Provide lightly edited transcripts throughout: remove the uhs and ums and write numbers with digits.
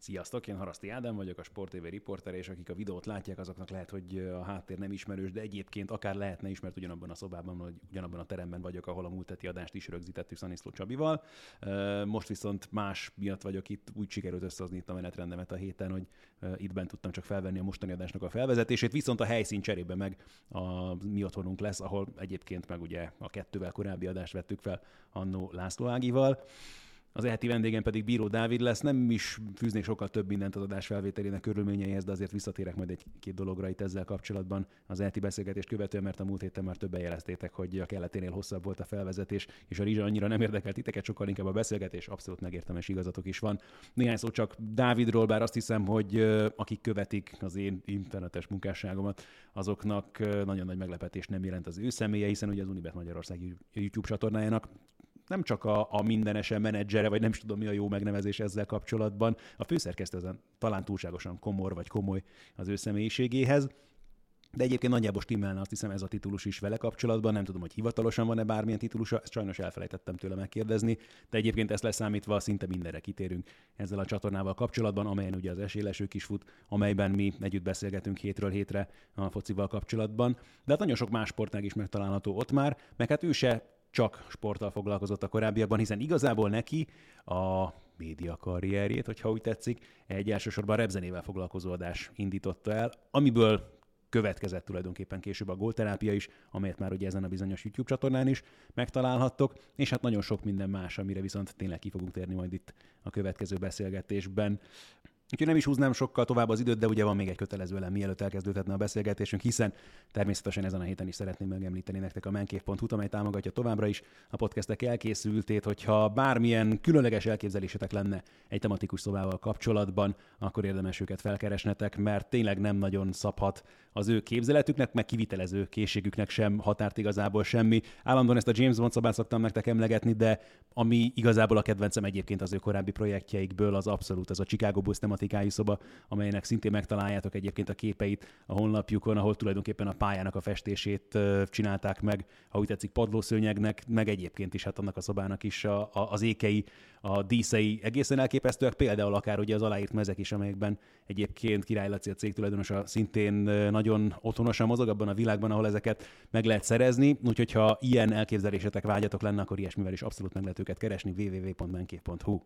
Sziasztok, én Haraszti Ádám vagyok, a Sport TV riportere, és akik a videót látják, azoknak lehet, hogy a háttér nem ismerős, de egyébként akár lehetne is, mert ugyanabban a szobában, vagy ugyanabban a teremben vagyok, ahol a múlt heti adást is rögzítettük Szaniszló Csabival. Most viszont más miatt vagyok itt, úgy sikerült összehozni itt a menetrendemet a héten, hogy itt bent tudtam csak felvenni a mostani adásnak a felvezetését, viszont a helyszín cserébe meg a mi otthonunk lesz, ahol egyébként meg ugye a 2-vel korábbi adást vettük fel annó László Ágival. Az eheti vendégem pedig Bíró Dávid lesz. Nem is fűznék sokkal több mindent az adás felvételének körülményeihez, de azért visszatérek majd egy-két dologra itt ezzel kapcsolatban az eheti beszélgetést követően, mert a múlt héten már többen jeleztétek, hogy a kelleténél hosszabb volt a felvezetés, és a Rizsa annyira nem érdekelt titeket, sokkal inkább a beszélgetés, abszolút megértem, és igazatok is van. Néhány szó csak Dávidról, bár azt hiszem, hogy akik követik az én internetes munkásságomat, azoknak nagyon nagy meglepetés nem jelent az ő személye, hiszen ugye az Unibet Magyarország YouTube csatornájának nem csak a mindenesen menedzsere, vagy nem is tudom mi a jó megnevezés ezzel kapcsolatban. A főszerkesztő ezen talán túlságosan komor vagy komoly az ő személyiségéhez. De egyébként nagyjából stimmelne, azt hiszem, ez a titulus is vele kapcsolatban. Nem tudom, hogy hivatalosan van-e bármilyen titulusa, ezt sajnos elfelejtettem tőle megkérdezni, de egyébként ezt leszámítva szinte mindenre kitérünk ezzel a csatornával kapcsolatban, amelyen ugye az Esélylesők is fut, amelyben mi együtt beszélgetünk hétről hétre a focival kapcsolatban. De hát nagyon sok más sportág is megtalálható ott már, meg hát ő se csak sporttal foglalkozott a korábbiakban, hiszen igazából neki a média karrierjét, hogyha úgy tetszik, egy elsősorban repzenével foglalkozó adás indította el, amiből következett tulajdonképpen később a gólterápia is, amelyet már ugye ezen a bizonyos YouTube csatornán is megtalálhattok, és hát nagyon sok minden más, amire viszont tényleg ki fogunk térni majd itt a következő beszélgetésben. Úgyhogy nem is húznám sokkal tovább az időt, de ugye van még egy kötelező elem, mielőtt elkezdődhetne a beszélgetésünk, hiszen természetesen ezen a héten is szeretném megemlíteni nektek a menkév.hu-t, amely támogatja továbbra is a podcastek elkészültét, hogyha bármilyen különleges elképzelésetek lenne egy tematikus szobával kapcsolatban, akkor érdemes őket felkeresnetek, mert tényleg nem nagyon szabhat az ő képzeletüknek, meg kivitelező készségüknek sem határt igazából semmi. Állandóan ezt a James Bond szobát szoktam nektek emlegetni, de ami igazából a kedvencem egyébként az ő korábbi projektjeikből, az abszolút az a Chicago Bulls tematikájú szoba, amelynek szintén megtaláljátok egyébként a képeit a honlapjukon, ahol tulajdonképpen a pályának a festését csinálták meg, ha úgy tetszik, padlószőnyegnek, meg egyébként is hát annak a szobának is az ékei, a díszei egészen elképesztőek, például akár ugye az aláírt mezek is, amelyekben egyébként Király Laci, a cég tulajdonosa szintén nagyon otthonosan mozog abban a világban, ahol ezeket meg lehet szerezni, úgyhogy ha ilyen elképzelésetek, vágyatok lenne, akkor ilyesmivel is abszolút meg lehet őket keresni, www.menkév.hu.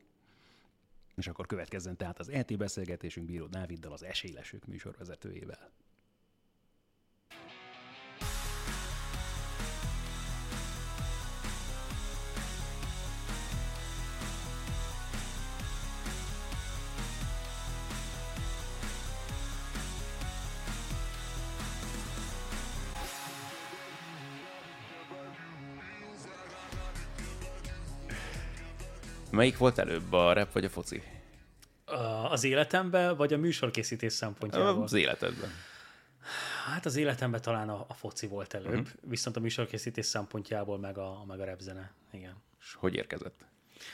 És akkor következzen tehát az ET beszélgetésünk Bíró Dáviddal, az Esélylesők műsorvezetőjével. Melyik volt előbb, a rap vagy a foci? Az életemben, vagy a műsorkészítés szempontjából? Az életedben. Hát az életemben talán a foci volt előbb, viszont a műsorkészítés szempontjából meg a repzene. Igen. És hogy érkezett?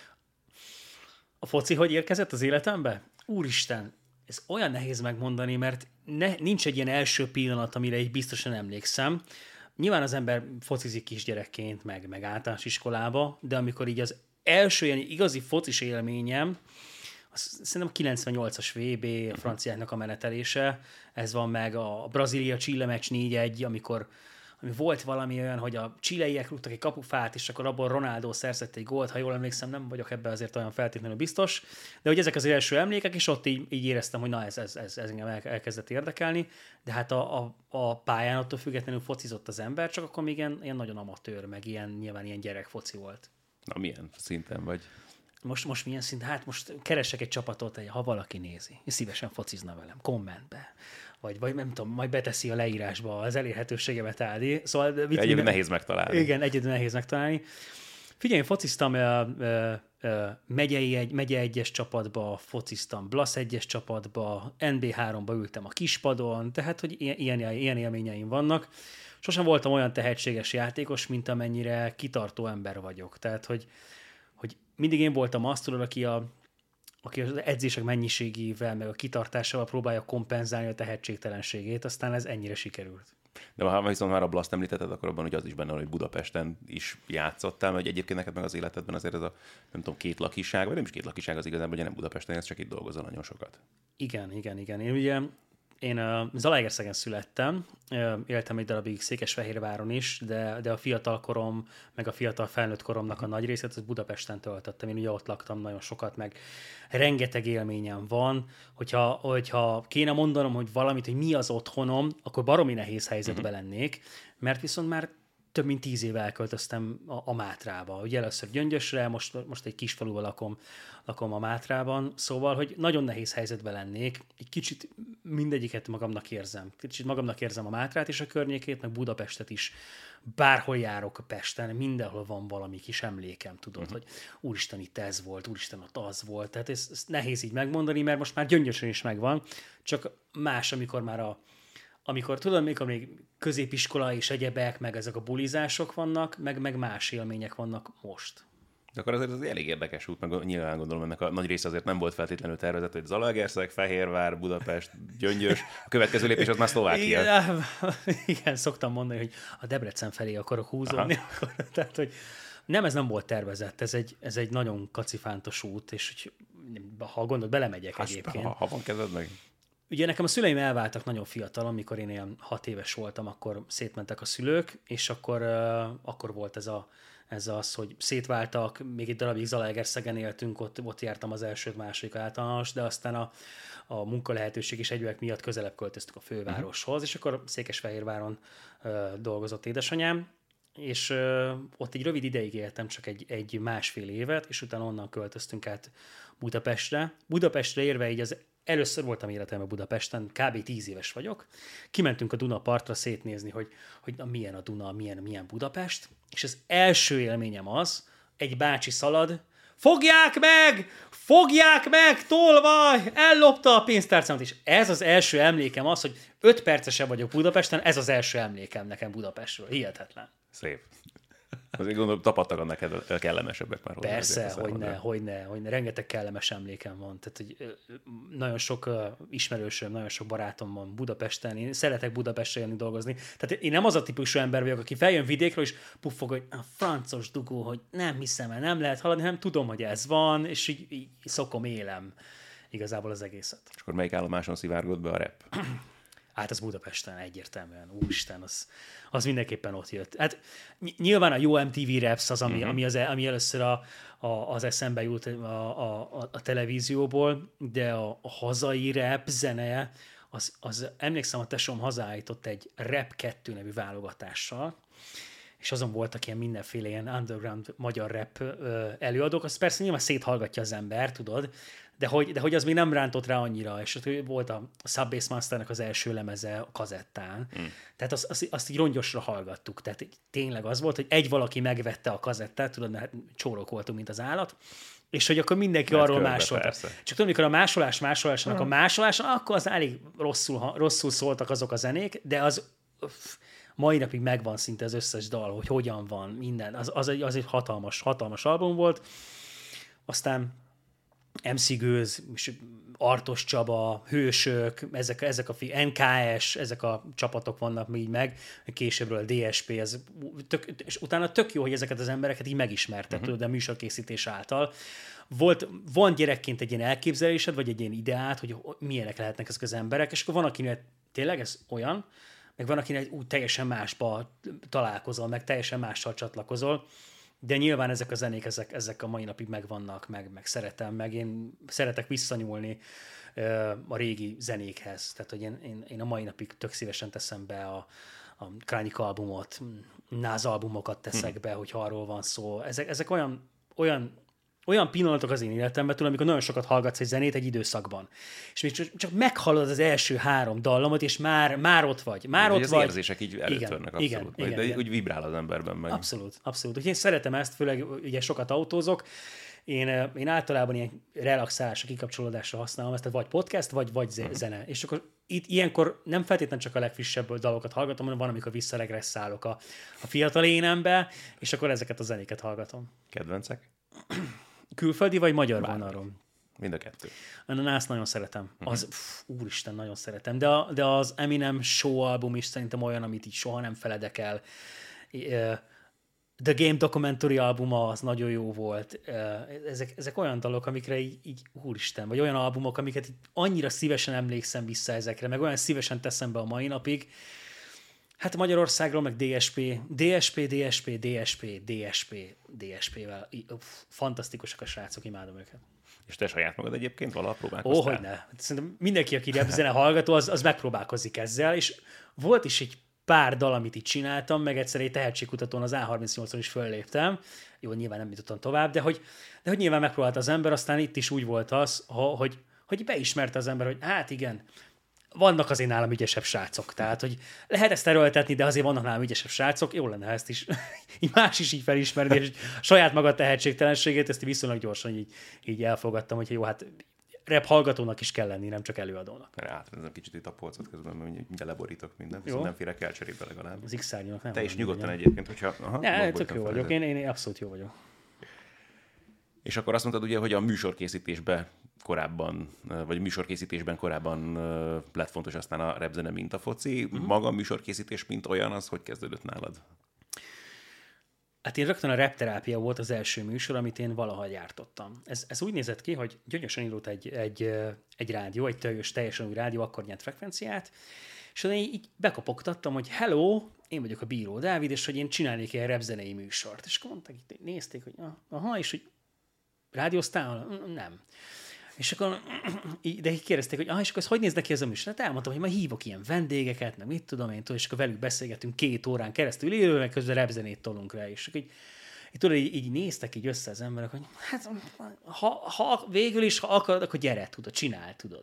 A foci hogy érkezett az életembe? Úristen, ez olyan nehéz megmondani, mert nincs egy ilyen első pillanat, amire így biztosan emlékszem. Nyilván az ember focizik kisgyerekként, meg általános iskolába, de amikor így az első ilyen igazi focis élményem, szerintem 98-as VB, a franciáknak a menetelése, ez van meg a Brazília-Chile meccs 4-1, ami volt valami olyan, hogy a chileiek rúgtak egy kapufát, és akkor abból Ronaldo szerzett egy gólt, ha jól emlékszem, nem vagyok ebben azért olyan feltétlenül biztos, de hogy ezek az első emlékek, és ott így éreztem, hogy na ez engem elkezdett érdekelni, de hát a pályán attól függetlenül focizott az ember, csak akkor még ilyen nagyon amatőr, meg nyilván ilyen gyerekfoci volt. Na milyen szinten vagy? Most milyen szint? Hát most keresek egy csapatot, ha valaki nézi, és szívesen focizna velem, kommentbe. Vagy nem tudom, majd beteszi a leírásba az elérhetőségemet, Ádi. Szóval, egyedül nehéz megtalálni. Igen, egyedül nehéz megtalálni. Figyelj, én fociztam megye 1-es csapatba, fociztam Blasz 1-es csapatba, NB3-ba ültem a kispadon, tehát hogy ilyen élményeim vannak. Sosem voltam olyan tehetséges játékos, mint amennyire kitartó ember vagyok. Tehát, hogy mindig én voltam azt, tudod, aki aki az edzések mennyiségével, meg a kitartásával próbálja kompenzálni a tehetségtelenségét, aztán ez ennyire sikerült. De ha viszont már a Blaszt említetted, akkor abban ugye az is benne, hogy Budapesten is játszottál, mert egyébként neked meg az életedben azért ez a, nem tudom, két lakiság, vagy nem is két lakiság az igazából, ugye nem Budapesten, ez csak itt dolgozol nagyon sokat. Igen. Én Zalaegerszegen születtem, éltem egy darabig Székesfehérváron is, de a fiatal korom, meg a fiatal felnőtt koromnak a nagy részét az Budapesten töltöttem. Én ugye ott laktam nagyon sokat, meg rengeteg élményem van. Hogyha kéne mondanom, hogy valamit, hogy mi az otthonom, akkor baromi nehéz helyzetbe lennék, mert viszont már több mint 10 éve elköltöztem a Mátrába. Ugye először Gyöngyösre, most egy kis faluban lakom a Mátrában, szóval, hogy nagyon nehéz helyzetben lennék. Egy kicsit mindegyiket magamnak érzem. Kicsit magamnak érzem a Mátrát és a környékét, meg Budapestet is. Bárhol járok a Pesten, mindenhol van valami kis emlékem, tudod, hogy úristen, itt ez volt, úristen, ott az volt. Tehát ez nehéz így megmondani, mert most már Gyöngyösön is megvan, csak más, amikor tudod, mikor még középiskola és egyebek, meg ezek a bulizások vannak, meg más élmények vannak most. De akkor azért ez elég érdekes út, meg nyilván gondolom ennek a nagy része azért nem volt feltétlenül tervezett, hogy Zalaegerszeg, Fehérvár, Budapest, Gyöngyös, a következő lépés az már Szlovákia. Igen, szoktam mondani, hogy a Debrecen felé akarok húzódni. Tehát, hogy ez nem volt tervezett, ez egy nagyon kacifántos út, és hogy, ha gondolod, belemegyek egyébként. Ha van kezded meg. Ugye nekem a szüleim elváltak nagyon fiatalon, amikor én ilyen 6 éves voltam, akkor szétmentek a szülők, és akkor volt ez az, hogy szétváltak, még egy darabig Zalaegerszegen éltünk, ott jártam az elsőt, második általános, de aztán a munkalehetőség és egyebek miatt közelebb költöztük a fővároshoz, és akkor Székesfehérváron dolgozott édesanyám, és ott egy rövid ideig éltem, csak egy másfél évet, és utána onnan költöztünk át Budapestre. Budapestre érve így először voltam életemben Budapesten, kb. 10 éves vagyok. Kimentünk a Dunapartra szétnézni, hogy na, milyen a Duna, milyen Budapest, és az első élményem az, egy bácsi szalad, fogják meg, tolvaj, ellopta a pénztárcámat, és ez az első emlékem az, hogy 5 percesebb vagyok Budapesten, ez az első emlékem nekem Budapestről. Hihetetlen. Szép. Azért gondolom, tapadtak neked kellemesebbek már. Persze, hogyne. Rengeteg kellemes emlékem van. Tehát, hogy nagyon sok ismerősöm, nagyon sok barátom van Budapesten. Én szeretek Budapesten jönni dolgozni. Tehát én nem az a típusú ember vagyok, aki feljön vidékről, és puffog, hogy a francos dugó, hogy nem hiszem el, nem lehet haladni, hanem tudom, hogy ez van, és így szokom, élem igazából az egészet. És akkor melyik állomáson szivárgott be a rap? Hát az Budapesten egyértelműen, úristen, az mindenképpen ott jött. Hát nyilván a jó MTV Raps az, ami először az eszembe jut a televízióból, de a hazai rap zene, az emlékszem, a tesóm hazállított egy Rap 2 nevű válogatással, és azon voltak ilyen mindenféle ilyen underground magyar rap előadók, az persze nyilván széthallgatja az ember, tudod, de hogy az még nem rántott rá annyira, és volt a Sub-Bass Masternek az első lemeze a kazettán, tehát azt így rongyosra hallgattuk, tehát tényleg az volt, hogy egy valaki megvette a kazettát, tudod, mert csórok voltunk, mint az állat, és hogy akkor mindenki mert arról másolta. Csak tudod, mikor a másolásnak a másolása, akkor az elég rosszul szóltak azok a zenék, de az mai napig megvan szinte az összes dal, hogy hogyan van minden. Az egy hatalmas album volt. Aztán MC Gőz, Artos Csaba, Hősök, ezek a NKS, ezek a csapatok vannak még meg, későbbről a DSP, és utána tök jó, hogy ezeket az embereket így megismerted, tudod, a műsorkészítés által. Van gyerekként egy ilyen elképzelésed, vagy egy ilyen ideát, hogy milyenek lehetnek ezek az emberek, és akkor van, akinek tényleg ez olyan, meg van, akinek úgy teljesen másba találkozol, meg teljesen mással csatlakozol, de nyilván ezek a zenék, ezek a mai napig megvannak, meg szeretem, meg én szeretek visszanyúlni a régi zenékhez. Tehát, hogy én a mai napig tök szívesen teszem be a Krányik albumot, Náz albumokat teszek be, hogyha arról van szó. Ezek olyan pillanatok az én életemben, tudom, amikor nagyon sokat hallgatsz egy zenét egy időszakban. És még csak meghallod az első 3 dallamot, és már ott vagy. Az érzések így előtörnek, abszolút. De úgy vibrál az emberben meg. Abszolút. Úgyhogy én szeretem ezt, főleg ugye sokat autózok. Én általában ilyen relaxálásra, kikapcsolódásra használom ezt, tehát vagy podcast, vagy zene. És akkor itt ilyenkor nem feltétlenül csak a legfrissebb dalokat hallgatom, hanem van, amikor visszaregresszálok a fiatal énembe, és akkor ezeket a zenéket hallgatom. Kedvencek? Külföldi vagy magyar vonalról? Mind a kettő. A Nas nagyon szeretem. Az, úristen, nagyon szeretem. De az Eminem Show album is szerintem olyan, amit így soha nem feledek el. The Game Documentary albuma az nagyon jó volt. Ezek olyan dalok, amikre így úristen, vagy olyan albumok, amiket annyira szívesen emlékszem vissza ezekre, meg olyan szívesen teszem be a mai napig. Hát Magyarországról meg DSP-vel. Fantasztikusak a srácok, imádom őket. És te saját magad egyébként valaha próbálkoztál? Hogyne. Szerintem mindenki, aki zene hallgató, az megpróbálkozik ezzel, és volt is egy pár dal, amit itt csináltam, meg egyszer egy tehetségkutatón az A38-on is fölléptem. Jó, nyilván nem jutottam tovább, de hogy nyilván megpróbálta az ember, aztán itt is úgy volt az, hogy beismerte az ember, hogy hát igen, vannak azért nálam ügyesebb srácok. Tehát, hogy lehet ezt erőltetni, de azért vannak nálam ügyesebb srácok. Jó lenne, ezt is így más is így felismerni, és saját maga tehetségtelenségét, ezt viszonylag gyorsan így elfogadtam, hogy jó, hát rap hallgatónak is kell lenni, nem csak előadónak. Átrendezem kicsit itt a polcot közben, mert mindjárt leborítok mindent, viszont nem férek el cserébe legalább. Az X-szárnyúnak nem. Te is nyugodtan egyébként, hogyha... Ne, tök jó vagyok, én abszolút jó vagyok. És akkor azt mondtad ugye, hogy a műsorkészítésben korábban lett fontos aztán a repzene, mint a foci. Maga a műsorkészítés, mint olyan, az hogy kezdődött nálad? Hát én rögtön a Repterápia volt az első műsor, amit én valaha gyártottam. Ez úgy nézett ki, hogy gyönyörűen indult egy rádió, egy teljesen új rádió, akkor nyert frekvenciát, és én így bekopogtattam, hogy hello, én vagyok a Bíró Dávid, és hogy én csinálnék egy repzenei műsort. És akkor mondták, nézték, hogy aha, és hogy rádióztál? Nem. És akkor, de kérdezték, hogy és akkor ez hogy néz neki ez a műsor? Hát elmondtam, hogy majd hívok ilyen vendégeket, meg mit tudom én, és akkor velük beszélgetünk 2 órán keresztül élőben, meg közben repzenét tolunk rá, és akkor így néztek így össze az emberek, hogy hát ha végül is, ha akarod, akkor gyere, csinál, tudod.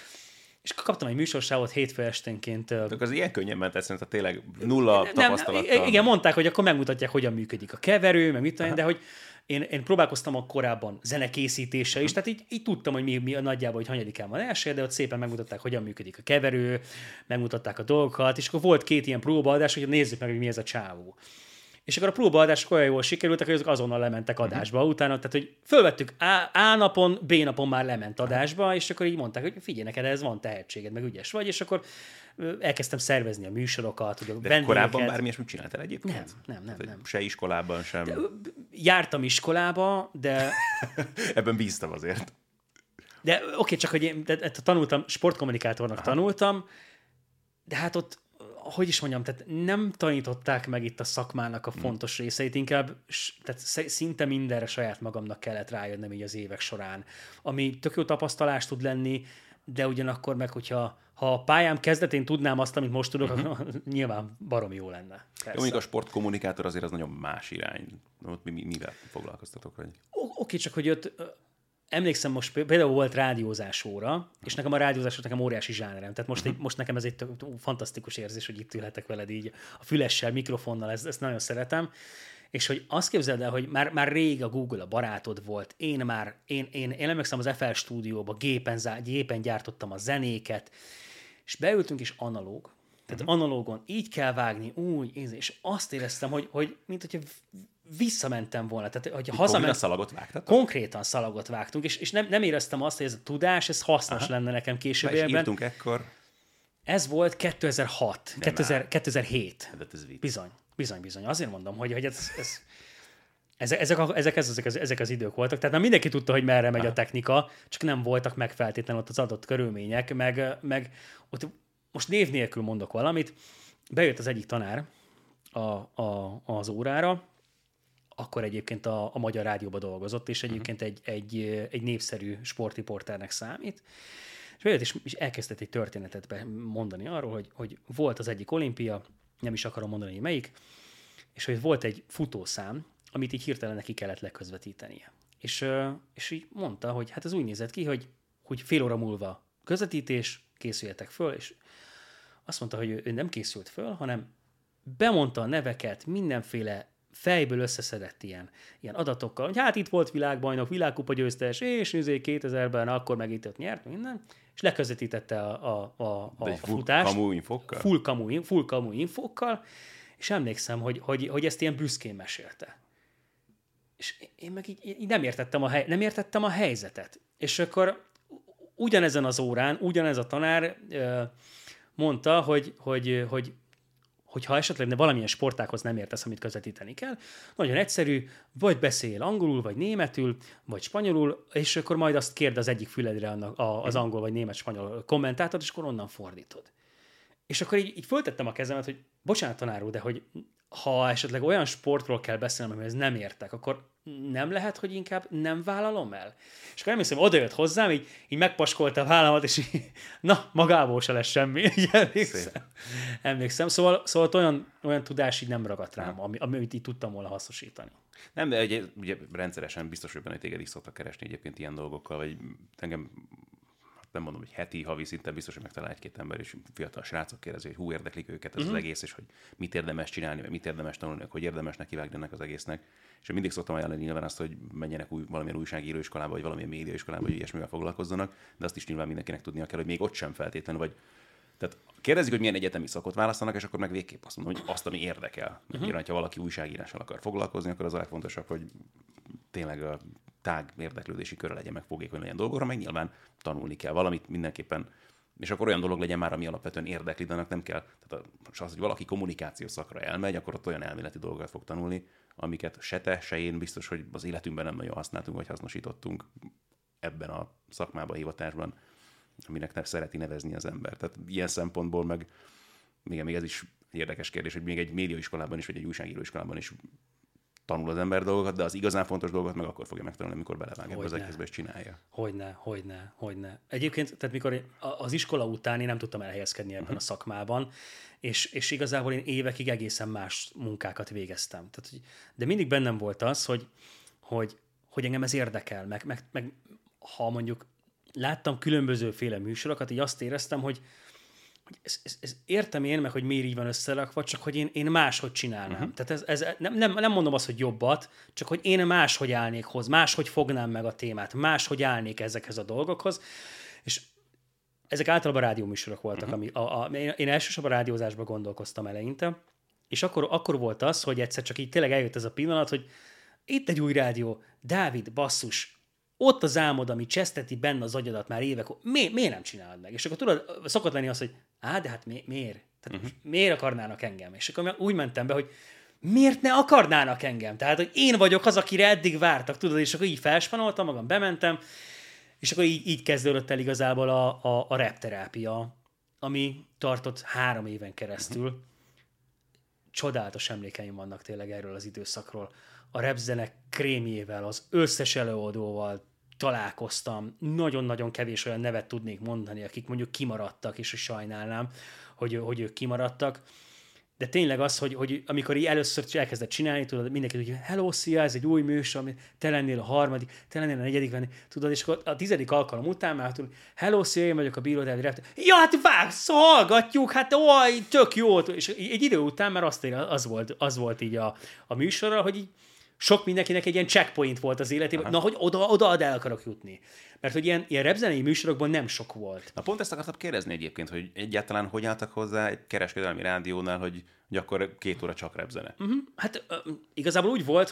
És akkor kaptam egy műsorsávot hétfő esténként. De az ilyen könnyen ment eszembe, tényleg nulla tapasztalattal. Igen, mondták, hogy akkor megmutatják, hogyan működik a keverő, meg mit tudom, de hogy én próbálkoztam a korábban zenekészítéssel is, tehát így tudtam, hogy mi nagyjából, hogy hanyadikán van első, de ott szépen megmutatták, hogyan működik a keverő, megmutatták a dolgokat, és akkor volt 2 ilyen próbaadás, hogy nézzük meg, hogy mi ez a csávó. És akkor a próbaadások olyan jól sikerültek, hogy azok azonnal lementek adásba utána, tehát hogy fölvettük A napon, B napon már lement adásba, és akkor így mondták, hogy figyelj neked, ez van tehetséged, meg ügyes vagy, és akkor elkezdtem szervezni a műsorokat, hogy a vendégeket. Korábban bármi ilyesmit csináltál egyébként? Nem. Se iskolában sem. Jártam iskolába, de... Ebben bíztam azért. De oké, csak hogy én tanultam, sportkommunikátornak tanultam, de hát ott, hogy is mondjam, tehát nem tanították meg itt a szakmának a fontos részeit, inkább tehát szinte mindenre saját magamnak kellett rájönnöm így az évek során, ami tök jó tapasztalás tud lenni, de ugyanakkor meg, hogyha a pályám kezdetén tudnám azt, amit most tudok, akkor nyilván baromi jó lenne. Jó, mondjuk a sportkommunikátor azért az nagyon más irány. Ott mivel foglalkoztatok? Hogy... Oké, csak hogy ott emlékszem, most például volt rádiózás óra, és nekem a rádiózás nekem óriási zsánerem. Tehát most nekem ez egy fantasztikus érzés, hogy itt ülhetek veled így a fülessel, mikrofonnal, ezt nagyon szeretem. És hogy azt képzeld el, hogy már rég a Google a barátod volt, én emlékszem az FL stúdióba, gépen gyártottam a zenéket, és beültünk, és analóg. Tehát analógon így kell vágni, úgy, és azt éreztem, hogy mint hogyha visszamentem volna. Tehát, hogy konkrétan szalagot vágtatok? Konkrétan szalagot vágtunk, és nem éreztem azt, hogy ez a tudás, ez hasznos lenne nekem későbbiekben. És írtunk ekkor? Ez volt 2006, 2007. Bizony. Azért mondom, hogy ezek az idők voltak. Tehát már mindenki tudta, hogy merre megy a technika, csak nem voltak meg feltétlenül ott az adott körülmények, meg ott most név nélkül mondok valamit. Bejött az egyik tanár az órára, akkor egyébként a Magyar Rádióban dolgozott, és egyébként egy népszerű sportriporternek számít. És bejött, és elkezdett egy történetet mondani arról, hogy volt az egyik olimpia, nem is akarom mondani, hogy melyik, és hogy volt egy futószám, amit így hirtelen neki kellett leközvetítenie. És így mondta, hogy hát ez úgy nézett ki, hogy fél óra múlva közvetítés, készüljetek föl, és azt mondta, hogy ő nem készült föl, hanem bemondta a neveket, mindenféle fejből összeszedett ilyen adatokkal, hogy hát itt volt világbajnok, világkupa győztes, és 2000-ben akkor meg itt nyert, minden, és leközvetítette a futást. Full kamu infókkal, és emlékszem, hogy ezt ilyen büszkén mesélte. És én meg így nem értettem a helyzetet. És akkor ugyanezen az órán, ugyanez a tanár mondta, hogy ha esetleg valamilyen sportákhoz nem értesz, amit közvetíteni kell, nagyon egyszerű, vagy beszél angolul, vagy németül, vagy spanyolul, és akkor majd azt kérd az egyik füledre az angol, vagy német-spanyol kommentátort, és akkor onnan fordítod. És akkor így föltettem a kezemet, hogy bocsánat, tanár úr, de hogy ha esetleg olyan sportról kell beszélnem, amihez nem értek, akkor nem lehet, hogy inkább nem vállalom el? És akkor emlékszem, odajött hozzám, így megpaskolta a vállamat, és így, na, magából se lesz semmi. Így emlékszem. Szóval olyan tudás így nem ragadt rám, amit így tudtam volna hasznosítani. Nem, de ugye rendszeresen biztos, hogy benne, hogy téged is szoktak keresni egyébként ilyen dolgokkal, vagy engem nem mondom, hogy heti, havi szinten biztos, hogy megtalál egy-két ember, és fiatal srácok kérdezi, hogy hú, érdeklik őket ez az egész, és hogy mit érdemes csinálni, vagy mit érdemes tanulni, hogy érdemes nekivágni ennek az egésznek. És én mindig szoktam ajánlani nyilván azt, hogy menjenek valamilyen újságíróiskolába, vagy valamilyen médiaiskolába, hogy ilyesmivel foglalkozzanak, de azt is nyilván mindenkinek tudnia kell, hogy még ott sem feltétlenül, vagy tehát kérdezik, hogy milyen egyetemi szakot választanak, és akkor meg végképp azt mondom, hogy azt, ami érdekel. Nyilván, ha valaki újságírással akar foglalkozni, akkor az a legfontosabb, hogy tényleg a tág érdeklődési körre legyen, meg fogékony legyen dolgokra, meg nyilván tanulni kell valamit mindenképpen, és akkor olyan dolog legyen már, ami alapvetően érdekli, de annak nem kell. Tehát az, hogy valaki kommunikációs szakra elmegy, akkor ott olyan elméleti dolgokat fog tanulni, amiket se te, se én biztos, hogy az életünkben nem nagyon használtunk, vagy hasznosítottunk ebben a szakmában, hivatásban, aminek szereti nevezni az ember. Tehát ilyen szempontból meg még ez is érdekes kérdés, hogy még egy médiaiskolában is, vagy egy újságíróiskolában is tanul az ember dolgokat, de az igazán fontos dolgot meg akkor fogja megtanulni, amikor belevág ebbe az egészbe és csinálja. Hogyne. Egyébként, tehát mikor az iskola után én nem tudtam elhelyezkedni ebben a szakmában, és igazából én évekig egészen más munkákat végeztem. Tehát, de mindig bennem volt az, hogy engem ez érdekel, meg ha mondjuk láttam különbözőféle műsorokat, így azt éreztem, hogy ez értem én meg, hogy miért így van összerakva, csak hogy én máshogy csinálnám. Tehát nem mondom azt, hogy jobbat, csak hogy én máshogy állnék hozzá, máshogy fognám meg a témát, máshogy állnék ezekhez a dolgokhoz. És ezek általában rádióműsorok voltak, én elsősorban rádiózásban gondolkoztam eleinte, és akkor volt az, hogy egyszer csak így tényleg eljött ez a pillanat, hogy itt egy új rádió, Dávid, basszus, ott az álmod, ami cseszteti benne az agyadat már évek, miért nem csinálod meg? És akkor tudod, szokott lenni az, hogy de hát miért? Tehát miért akarnának engem? És akkor úgy mentem be, hogy miért ne akarnának engem? Tehát, hogy én vagyok az, akire eddig vártak, tudod, és akkor így felspanoltam magam, bementem, és akkor így kezdődött el igazából a repterápia, ami tartott 3 éven keresztül. Csodálatos emlékeim vannak tényleg erről az időszakról. A repzene krémjével, az összes előadóval találkoztam. Nagyon-nagyon kevés olyan nevet tudnék mondani, akik mondjuk kimaradtak, és sajnálnám, hogy ők kimaradtak. De tényleg az, hogy amikor így először elkezdett csinálni, tudod, mindenki tudja, hogy hello, szia, ez egy új műsor, ami te lennél a 3., te lennél a 4. venni, tudod, és akkor a 10. alkalom után már tudod, hello, szia, én vagyok a Bíró Dávid repter. Ja, hát vágsz, hallgatjuk, hát tök jó. És egy idő után már az volt így a műsorra, hogy így sok mindenkinek egy ilyen checkpoint volt az életében, hogy oda el akarok jutni. Mert hogy ilyen repzenei műsorokban nem sok volt. Na pont ezt akartam kérdezni egyébként, hogy egyáltalán hogy álltak hozzá egy kereskedelmi rádiónál, hogy akkor 2 óra csak repzene. Hát igazából úgy volt,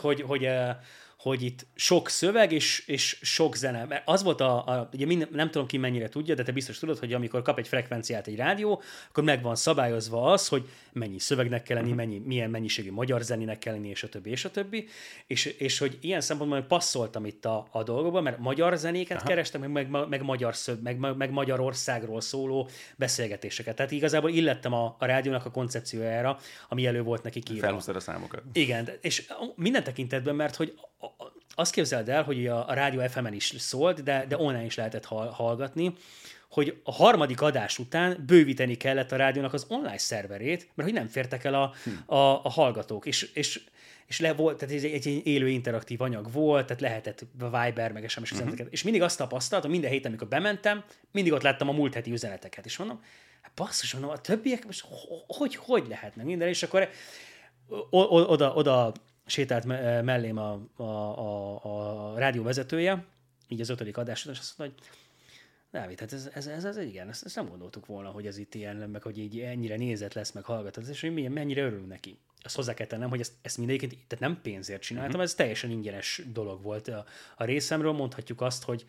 hogy itt sok szöveg és sok zene. Mert az volt ugye nem tudom ki mennyire tudja, de te biztos tudod, hogy amikor kap egy frekvenciát egy rádió, akkor meg van szabályozva az, hogy mennyi szövegnek kell lenni, milyen mennyiségű magyar zenének kell lenni, és a többi, és a többi. És hogy ilyen szempontból passzoltam itt a dolgokban, mert magyar zenéket kerestem, meg meg Magyarországról szóló beszélgetéseket. Tehát igazából illettem a rádiónak a koncepciójára, ami elő volt neki írva. Felhúztad a számokat. Igen, és minden tekintetben, mert hogy azt képzeld el, hogy a rádió FM-en is szólt, de online is lehetett hallgatni, hogy a 3. adás után bővíteni kellett a rádiónak az online szerverét, mert hogy nem fértek el a hallgatók. És volt, tehát egy élő interaktív anyag volt, tehát lehetett Viber, meg SMS üzeneteket. És mindig azt tapasztaltam, minden héten, amikor bementem, mindig ott láttam a múlt heti üzeneteket. És mondom, basszus, mondom, a többiek most hogy lehetne minden? És akkor oda sétált mellém a rádió vezetője, így az 5. adásra, és azt mondta, hogy Dávid, hát ez igen, ezt nem gondoltuk volna, hogy ez itt ilyen, meg hogy így ennyire nézett lesz, meg hallgatod, és hogy mennyire örülünk neki. azt hozzá kell tennem, hogy ezt mindegyiket, tehát nem pénzért csináltam, ez teljesen ingyenes dolog volt a részemről, mondhatjuk azt, hogy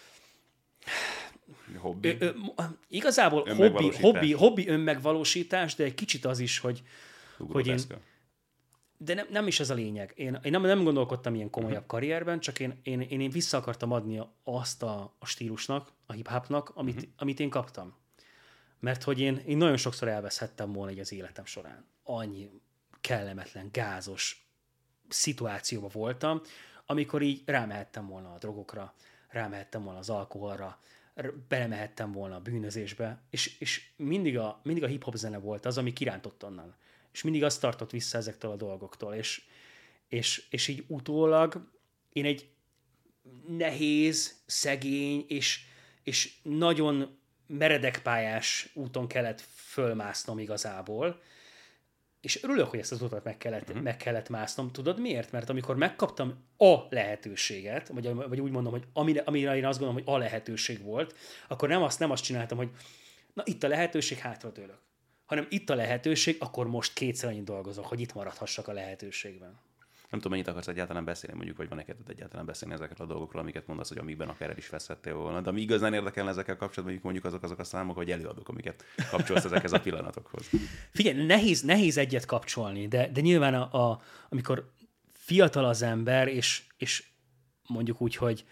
Hobbi. Igazából hobbi önmegvalósítás, de egy kicsit az is, hogy én... De nem is ez a lényeg. Én nem gondolkodtam ilyen komolyabb karrierben, csak én vissza akartam adni azt a stílusnak, a hip-hopnak, amit én kaptam. Mert hogy én nagyon sokszor elveszhettem volna így az életem során. Annyi kellemetlen, gázos szituációban voltam, amikor így rámehettem volna a drogokra, rámehettem volna az alkoholra, belemehettem volna a bűnözésbe, és mindig a hip-hop zene volt az, ami kirántott onnan. És mindig azt tartott vissza ezektől a dolgoktól. És így utólag én egy nehéz, szegény és nagyon meredekpályás úton kellett fölmásznom igazából, és örülök, hogy ezt az utat meg kellett másznom. Tudod miért? Mert amikor megkaptam a lehetőséget, vagy úgy mondom, hogy amire én azt gondolom, hogy a lehetőség volt, akkor nem azt csináltam, hogy na itt a lehetőség, hátradőlök. Hanem itt a lehetőség, akkor most kétszer annyit dolgozok, hogy itt maradhassak a lehetőségben. Nem tudom, mennyit akarsz egyáltalán beszélni, mondjuk, vagy van-e kedved egyáltalán beszélni ezekről a dolgokról, amiket mondasz, hogy amikben akár el is veszhettél volna. De ami igazán érdekelne ezekkel kapcsolatban, mondjuk azok a számok, vagy előadók, amiket kapcsolsz ezekhez a pillanatokhoz. Figyelj, nehéz egyet kapcsolni, de nyilván amikor fiatal az ember, és mondjuk úgy, hogy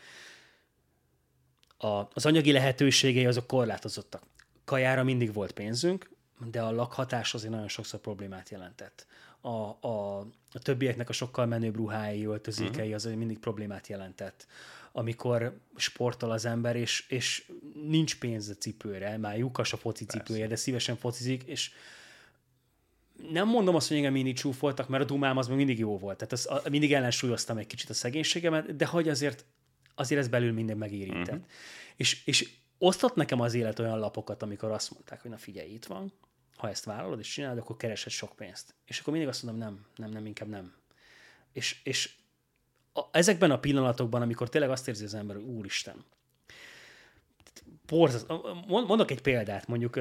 az anyagi lehetőségei azok korlátozottak. Kajára mindig volt pénzünk, de a lakhatás azért nagyon sokszor problémát jelentett. A többieknek a sokkal menőbb ruhái, öltözékei az mindig problémát jelentett. Amikor sportol az ember, és nincs pénz a cipőre, már lyukas a foci cipője, de szívesen focizik, és nem mondom azt, hogy engem mindig csúfoltak, mert a dumám az még mindig jó volt. Tehát mindig ellensúlyoztam egy kicsit a szegénységemet, de hogy azért ez belül minden megérintett. És osztott nekem az élet olyan lapokat, amikor azt mondták, hogy na figyelj, itt van, ha ezt vállalod és csinálod, akkor keresed sok pénzt. És akkor mindig azt mondom, nem, inkább nem. És ezekben a pillanatokban, amikor tényleg azt érzi az ember, hogy úristen, mondok egy példát, mondjuk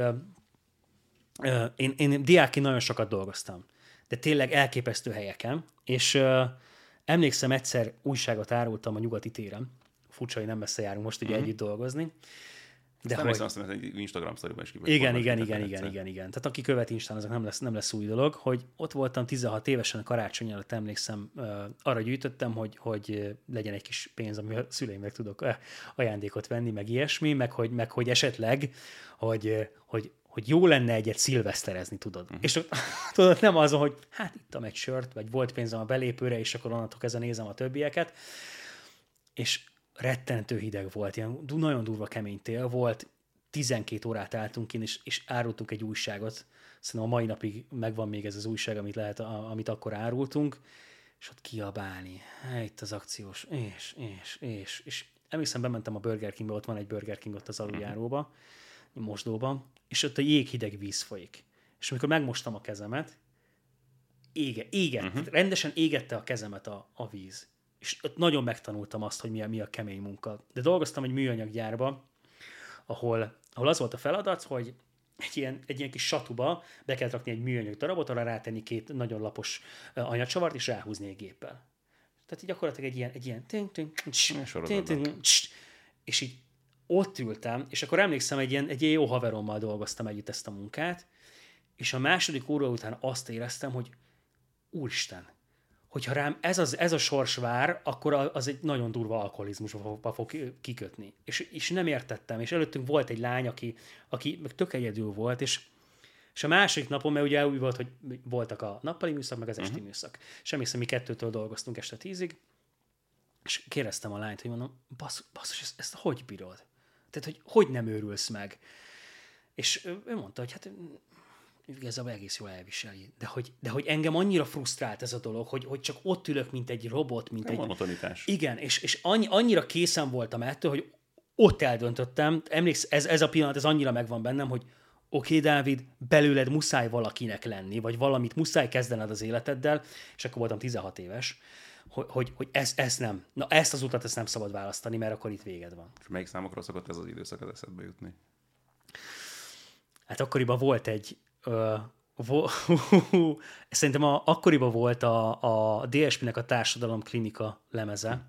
én diákként nagyon sokat dolgoztam, de tényleg elképesztő helyeken, és emlékszem, egyszer újságot árultam a Nyugati téren, furcsa, hogy nem messze járunk most ugye együtt dolgozni. De hogy... azt mondom, hogy Instagram sztoriban is Igen. Tehát aki követ Instán, azok nem lesz új dolog, hogy ott voltam 16 évesen, a karácsony előtt emlékszem, arra gyűjtöttem, hogy legyen egy kis pénz, ami a szüleimnek tudok ajándékot venni, meg ilyesmi, meg hogy esetleg, hogy jó lenne egyet szilveszterezni, tudod. És tudod, nem azon, hogy hát ittam egy sört, vagy volt pénzem a belépőre, és akkor onnantól kezdve nézem a többieket, és rettentő hideg volt, ilyen nagyon durva kemény tél volt, 12 órát álltunk ki, és árultunk egy újságot. Szerintem a mai napig megvan még ez az újság, amit akkor árultunk, és ott kiabálni. Itt az akciós, és emlékszem, bementem a Burger Kingbe, ott van egy Burger King ott az aluljáróba, mosdóban, és ott a jéghideg víz folyik. És amikor megmostam a kezemet, rendesen égette a kezemet a víz. És ott nagyon megtanultam azt, hogy mi a kemény munka. De dolgoztam egy műanyaggyárba, ahol az volt a feladat, hogy egy ilyen kis satuba be kell rakni egy műanyag darabot, arra rátenni 2 nagyon lapos anyacsavart, és ráhúzni egy géppel. Tehát így gyakorlatilag egy ilyen és így ott ültem, és akkor emlékszem, egy ilyen jó haverommal dolgoztam együtt ezt a munkát, és a második óra után azt éreztem, hogy úristen, hogyha rám ez a sors vár, akkor az egy nagyon durva alkoholizmusba fog kikötni. És nem értettem, és előttünk volt egy lány, aki meg tök egyedül volt, és a másik napon, mert ugye úgy volt, hogy voltak a nappali műszak, meg az esti műszak. És emlékszem, mi 2-től dolgoztunk este 10-ig, és kérdeztem a lányt, hogy mondom, basszus, ezt hogy bírod? Tehát, hogy nem őrülsz meg? És ő mondta, hogy hát igazából egész jól elviseli. De hogy engem annyira frusztrált ez a dolog, hogy csak ott ülök, mint egy robot, mint egy... monotonitás. Igen, és annyira készen voltam ettől, hogy ott eldöntöttem, emléksz, ez a pillanat, ez annyira megvan bennem, hogy oké, Dávid, belőled muszáj valakinek lenni, vagy valamit muszáj kezdened az életeddel, és akkor voltam 16 éves, hogy ezt nem. Na ezt az utat nem szabad választani, mert akkor itt véged van. És melyik számokról szokott ez az időszak az eszedbe jutni? Hát akkoriban volt egy Szerintem akkoriban volt a DSP-nek a Társadalom Klinika lemeze,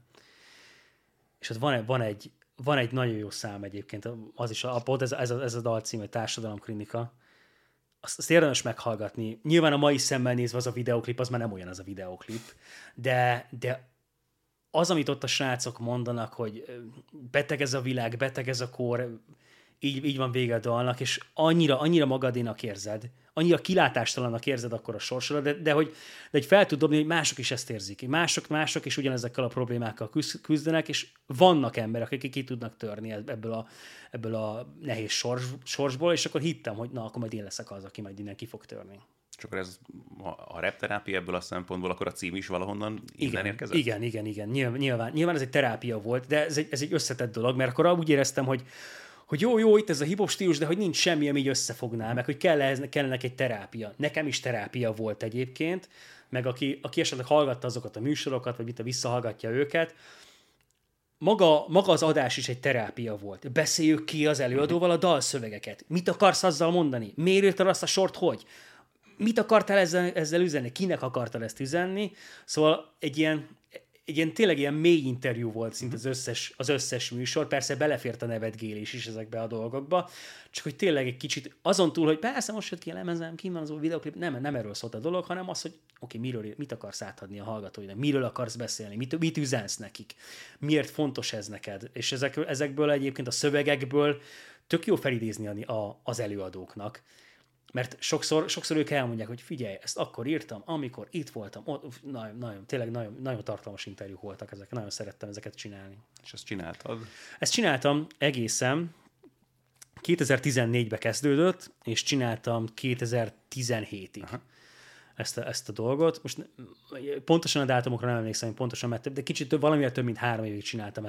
és ott van egy nagyon jó szám egyébként, az is, pont ez a dal cím, hogy Társadalom Klinika. Azt érdemes meghallgatni. Nyilván a mai szemmel nézve az a videóklip, az már nem olyan az a videóklip, de az, amit ott a srácok mondanak, hogy beteg ez a világ, beteg ez a kor, így van vége a dalnak, és annyira magadénak érzed, annyira kilátástalannak érzed akkor a sorsra, de hogy fel tud dobni, hogy mások is ezt érzik. Mások is ugyanezekkel a problémákkal küzdenek, és vannak emberek, akik ki tudnak törni ebből a nehéz sorsból, és akkor hittem, hogy na, akkor majd én leszek az, aki majd innen ki fog törni. És akkor ez a repterápia ebből a szempontból, akkor a cím is valahonnan innen érkezett? Igen. Nyilván ez egy terápia volt, de ez egy összetett dolog, mert akkor úgy éreztem, hogy jó, itt ez a hip-hop stílus, de hogy nincs semmi, ami így összefogná, meg hogy kellene egy terápia. Nekem is terápia volt egyébként, meg aki esetleg hallgatta azokat a műsorokat, vagy visszahallgatja őket, maga az adás is egy terápia volt. Beszéljük ki az előadóval a dalszövegeket. Mit akarsz azzal mondani? Miért írtad azt a sort, hogy? Mit akartál ezzel üzenni? Kinek akartál ezt üzenni? Szóval egy ilyen tényleg ilyen mély interjú volt szinte az összes műsor, persze belefért a nevetgélés is ezekbe a dolgokba, csak hogy tényleg egy kicsit azon túl, hogy persze most jött ki a lemezem, ki van az új videóklip, nem erről szólt a dolog, hanem az, hogy oké, mit akarsz átadni a hallgatóinak, miről akarsz beszélni, mit üzensz nekik, miért fontos ez neked, és ezekből egyébként a szövegekből tök jó felidézni az előadóknak. Mert sokszor ők elmondják, hogy figyelj, ezt akkor írtam, amikor itt voltam. Tényleg nagyon tartalmas interjúk voltak ezek. Nagyon szerettem ezeket csinálni. És ezt csináltad? Ezt csináltam egészen. 2014-ben kezdődött, és csináltam 2017-ig ezt a dolgot. Most pontosan a dátumokra nem emlékszem, pontosan, de kicsit valamivel több mint 3 évig csináltam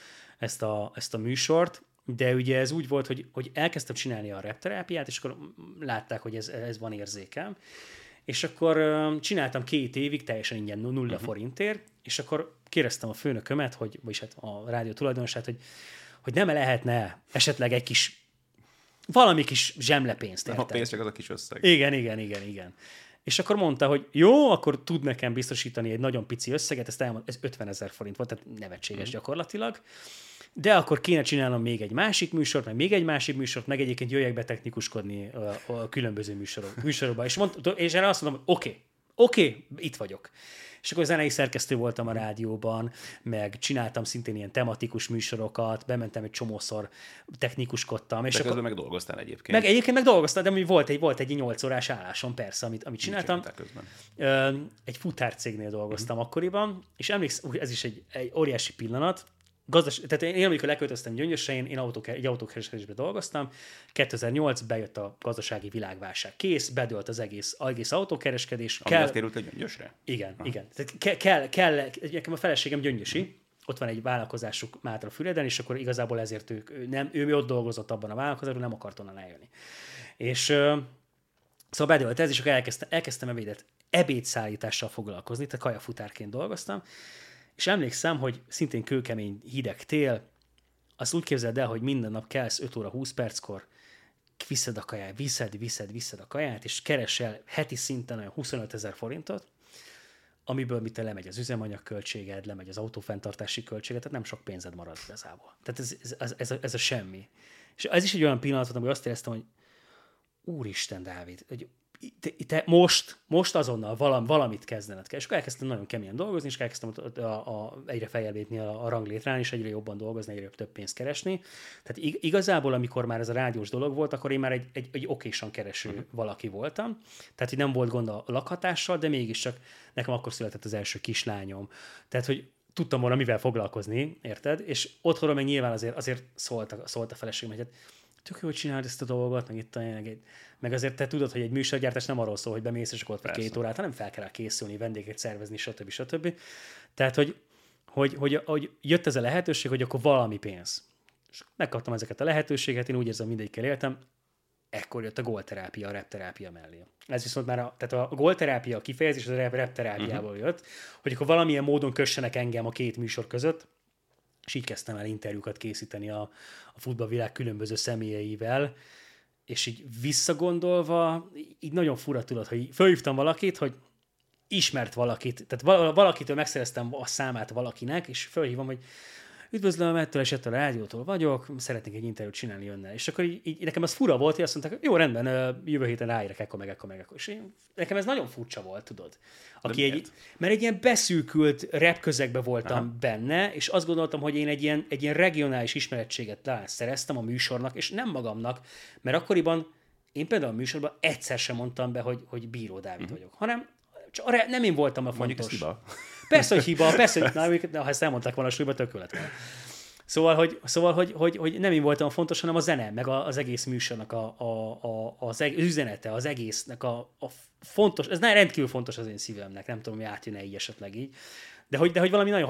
ezt a műsort. De ugye ez úgy volt, hogy elkezdtem csinálni a repterápiát, és akkor látták, hogy ez van érzékem. És akkor csináltam 2 évig, teljesen ingyen 0 forintért, és akkor kérdeztem a főnökömet, vagyis hát a rádió tulajdonosát, hogy nem lehetne esetleg egy valami kis zsemlepénzt. Nem a pénz, csak az a kis összeg. Igen. És akkor mondta, hogy jó, akkor tud nekem biztosítani egy nagyon pici összeget, ez 50 000 forint volt, tehát nevetséges gyakorlatilag. De akkor kéne csinálnom még egy másik műsort, meg még egy másik műsort, meg egyébként jöjjek be technikuskodni a különböző műsorokba. És erre azt mondom, hogy oké, itt vagyok. És akkor zenei szerkesztő voltam a rádióban, meg csináltam szintén ilyen tematikus műsorokat, bementem egy csomószor, technikuskodtam. És közben meg dolgoztál egyébként. Meg egyébként meg dolgoztam, de volt egy 8 órás állásom persze, amit csináltam. Egy futárcégnél dolgoztam akkoriban, és emlékszem, ez is egy óriási pillanat. Tehát én amikor leköltöztem Gyöngyösre, én egy autókereskedésben dolgoztam, 2008 bejött a gazdasági világválság. Bedőlt az egész autókereskedés. Amiért került Gyöngyösre? Igen. Tehát kell, nekem a feleségem gyöngyösi, ott van egy vállalkozásuk Mátrafüreden, és akkor igazából ezért ő ott dolgozott abban a vállalkozásban, nem akart onnan eljönni. És szóval bedőlt ez, és akkor elkezdtem ebédszállítással foglalkozni, tehát kajafutárként dolgoztam. És emlékszem, hogy szintén kőkemény hideg tél, azt úgy képzeld el, hogy minden nap kelsz 5 óra 20 perckor, viszed a kaját, viszed a kaját, és keresel heti szinten olyan 25 000 forintot, amiből lemegy az üzemanyagköltséged, lemegy az autófenntartási költséged, tehát nem sok pénzed marad igazából. Tehát ez a semmi. És ez is egy olyan pillanat volt, amikor azt éreztem, hogy úristen, Dávid, hogy te most azonnal valamit kezdened kell. És akkor elkezdtem nagyon keményen dolgozni, és elkezdtem egyre feljebb lépni a ranglétrán, és egyre jobban dolgozni, egyre több pénzt keresni. Tehát igazából, amikor már ez a rádiós dolog volt, akkor én már egy okésan kereső valaki voltam. Tehát, hogy nem volt gond a lakhatással, de mégiscsak nekem akkor született az első kislányom. Tehát, hogy tudtam volna mivel foglalkozni, érted? És otthonról meg nyilván azért szólt a feleségem, hogy tök jó, hogy csinálod ezt a dolgot, meg azért te tudod, hogy egy műsorgyártás nem arról szól, hogy bemész, és akkor ott vagy 2 órát, hanem fel kell készülni, vendégeket szervezni, stb. Tehát, hogy jött ez a lehetőség, hogy akkor valami pénz. És megkaptam ezeket a lehetőséget, én úgy érzem, mindegyikkel éltem, ekkor jött a gólterápia a repterápia mellé. Ez viszont már tehát a gólterápia kifejezés az a repterápiából jött, hogy akkor valamilyen módon kössenek engem a 2 műsor között, és így kezdtem el interjúkat készíteni a futballvilág különböző személyeivel, és így visszagondolva, így nagyon fura tudod, hogy felhívtam valakit, hogy ismert valakit, tehát valakitől megszereztem a számát valakinek, és felhívom, hogy üdvözlöm, ettől és ettől a rádiótól vagyok, szeretnék egy interjút csinálni önnel. És akkor így nekem az fura volt, hogy azt mondták, jó, rendben, jövő héten ráérek, ekkor. És nekem ez nagyon furcsa volt, tudod. Mert egy ilyen beszűkült rap közegbe voltam benne, és azt gondoltam, hogy én egy ilyen regionális ismerettséget szereztem a műsornak, és nem magamnak, mert akkoriban én például a műsorban egyszer sem mondtam be, hogy Bíró Dávid vagyok, hanem nem én voltam a fontos. Mondjuk ez hiba. Persze, hogy hiba, persze, hogy ha ezt elmondták volna a súlyba, tök lett volna. Szóval, hogy nem én voltam a fontos, hanem a zene, meg az egész műsornak az üzenete, az egésznek a fontos, ez rendkívül fontos az én szívemnek, nem tudom, hogy átjön-e így esetleg így, de hogy valami nagyon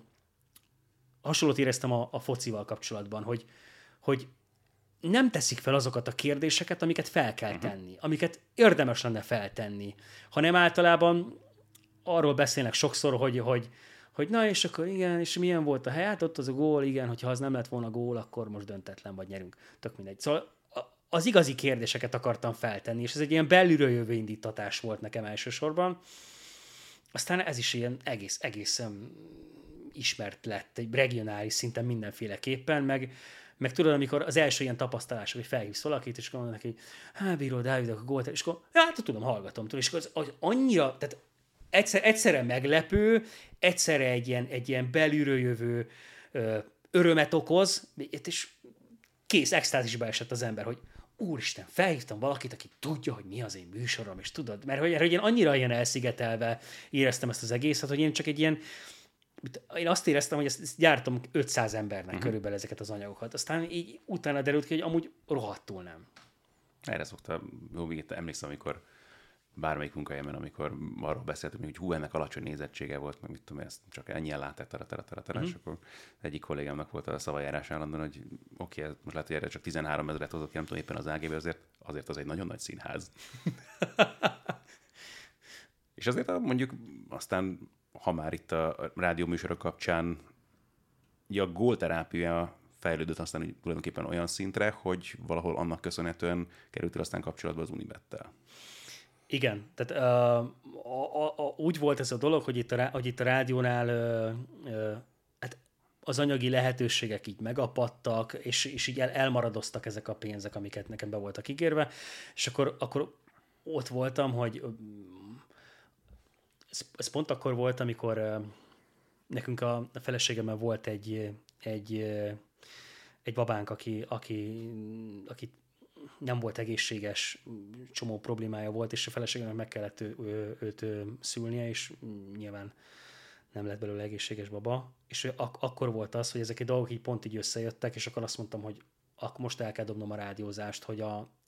hasonlót éreztem a focival kapcsolatban, hogy nem teszik fel azokat a kérdéseket, amiket fel kell tenni, amiket érdemes lenne feltenni, hanem általában arról beszélnek sokszor, hogy na és akkor igen, és milyen volt a hely, hát ott az a gól, igen, hogyha az nem lett volna gól, akkor most döntetlen vagy nyerünk. Tök mindegy. Szóval az igazi kérdéseket akartam feltenni, és ez egy ilyen belülről jövő indítatás volt nekem elsősorban. Aztán ez is ilyen egészen ismert lett, egy regionális szinten mindenféleképpen, meg tudod, amikor az első ilyen tapasztalás, hogy felhívsz valakit, és akkor mondanak, hogy Bíró Dávid, akkor gólt, és akkor tudom, hallgatom, és akkor az annyira, tehát egyszerre meglepő, egyszerre egy ilyen belülről jövő örömet okoz, és kész, extázisba esett az ember, hogy úristen, felhívtam valakit, aki tudja, hogy mi az én műsorom, és tudod, mert hogy én annyira ilyen elszigetelve éreztem ezt az egészet, hogy én csak egy ilyen, én azt éreztem, hogy ezt gyártom 500 embernek körülbelül ezeket az anyagokat. Aztán így utána derült ki, hogy amúgy rohadtul nem. Erre szoktam, emlékszem, amikor bármelyik munkahelyemen, amikor arról beszéltünk, hogy hú, ennek alacsony nézettsége volt, meg mit tudom, ezt csak ennyien látták, és akkor egyik kollégámnak volt a szavajárás állandóan, hogy oké, most lehet, hogy erre csak 13 000-et hozott ki, nem tudom, éppen az AGB, azért az egy nagyon nagy színház. És azért mondjuk aztán, ha már itt a rádióműsorok kapcsán a gólterápia fejlődött aztán tulajdonképpen olyan szintre, hogy valahol annak köszönhetően kerültél aztán kapcsolatba az Unibettel. Igen, tehát úgy volt ez a dolog, hogy itt a rádiónál hát az anyagi lehetőségek így megapadtak, és így elmaradoztak ezek a pénzek, amiket nekem be voltak ígérve, és akkor ott voltam, hogy ez pont akkor volt, amikor nekünk a feleségemmel volt egy babánk, aki nem volt egészséges, csomó problémája volt, és a feleségemnek meg kellett őt szülnie, és nyilván nem lett belőle egészséges baba. És akkor volt az, hogy ezek a dolgok így pont így összejöttek, és akkor azt mondtam, hogy akkor most el kell dobnom a rádiózást, hogy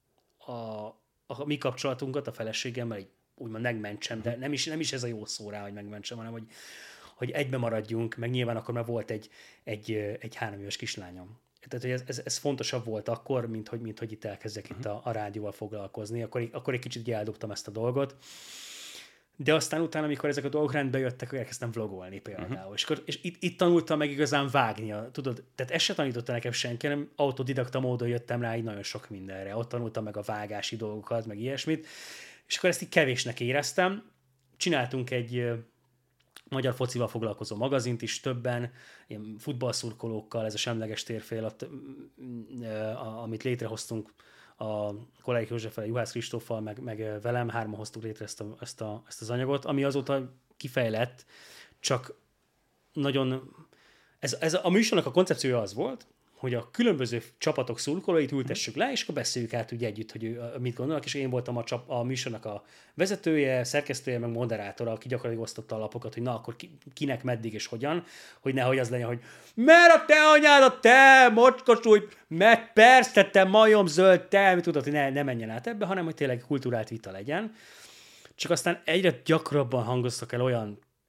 a mi kapcsolatunkat a feleségemmel így úgymond megmentsem, de nem is ez a jó szó rá, hogy megmentsem, hanem hogy egybe maradjunk, meg nyilván akkor már volt egy 3 éves kislányom. Tehát, hogy ez fontosabb volt akkor, mint hogy itt elkezdek itt a rádióval foglalkozni. Akkor egy kicsit eldobtam ezt a dolgot. De aztán utána, amikor ezek a dolgok rendbe jöttek, akkor elkezdtem vlogolni például. És itt tanultam meg igazán vágni. Tudod, tehát ezt se tanította nekem senki, hanem autodidakta módon jöttem rá így nagyon sok mindenre. Ott tanultam meg a vágási dolgokat, meg ilyesmit. És akkor ezt így kevésnek éreztem. Csináltunk egy magyar focival foglalkozó magazint is többen, ilyen futballszurkolókkal, ez a Semleges térfél, amit létrehoztunk a Kollai Józseffel, Juhász Kristóffal, meg velem, 3-an hoztuk létre ezt az anyagot, ami azóta kifejlett, csak nagyon... Ez a műsornak a koncepciója az volt, hogy a különböző csapatok szurkolóit ültessük le, és akkor beszéljük át úgy együtt, hogy mit gondolnak, és én voltam a műsornak a vezetője, szerkesztője, meg moderátora, aki gyakorlatilag osztotta a lapokat, hogy na, akkor kinek, meddig és hogyan, hogy nehogy az legyen, hogy mert a te anyád, te mocskosúly, mert persze, te majomzöld, te, mit tudod, hogy ne menjen át ebbe, hanem hogy tényleg kulturált vita legyen. Csak aztán egyre gyakrabban hangoztak el olyan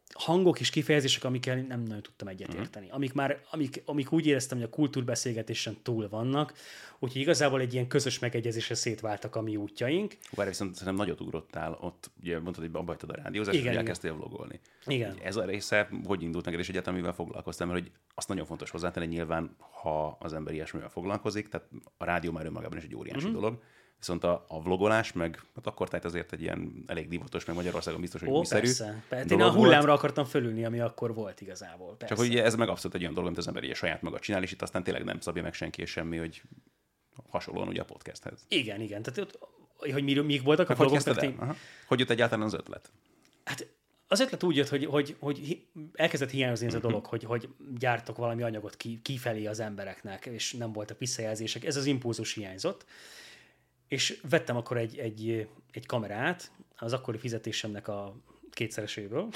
hangok és kifejezések, amikkel nem nagyon tudtam egyetérteni. Amik úgy éreztem, hogy a kultúrbeszélgetésen túl vannak, úgyhogy igazából egy ilyen közös megegyezésre szétváltak a mi útjaink. Bár viszont szerintem nagyot ugrottál, ott ugye mondtad, hogy abba hagytad a rádiózást, hogy elkezdtél vlogolni. Igen. Ez a része hogy indult neked, és egyáltalán mivel foglalkoztál? Mert hogy azt nagyon fontos hozzátenni, nyilván, ha az ember ilyesmivel foglalkozik, tehát a rádió már önmagában is egy óriási dolog, viszont a vlogolás, meg hát akkor tehát azért egy ilyen elég divatos, meg Magyarországon biztos, hogy újszerű. Persze. Én a hullámra akartam fölülni, ami akkor volt igazából. Persze. Csak hogy ugye ez meg abszolút egy olyan dolog, amit az ember ugye saját maga csinál, és itt aztán tényleg nem szabja meg senki és semmi, hogy hasonlóan ugye a podcasthez. Igen. Tehát, hogy mik voltak a vlogok? Hogy jött egyáltalán az ötlet? Hát az ötlet úgy jött, hogy elkezdett hiányozni ez a dolog, hogy gyártok valami anyagot kifelé az embereknek, és nem voltak visszajelzések. Ez az impulzus hiányzott. És vettem akkor egy kamerát, az akkori fizetésemnek a kétszereséből.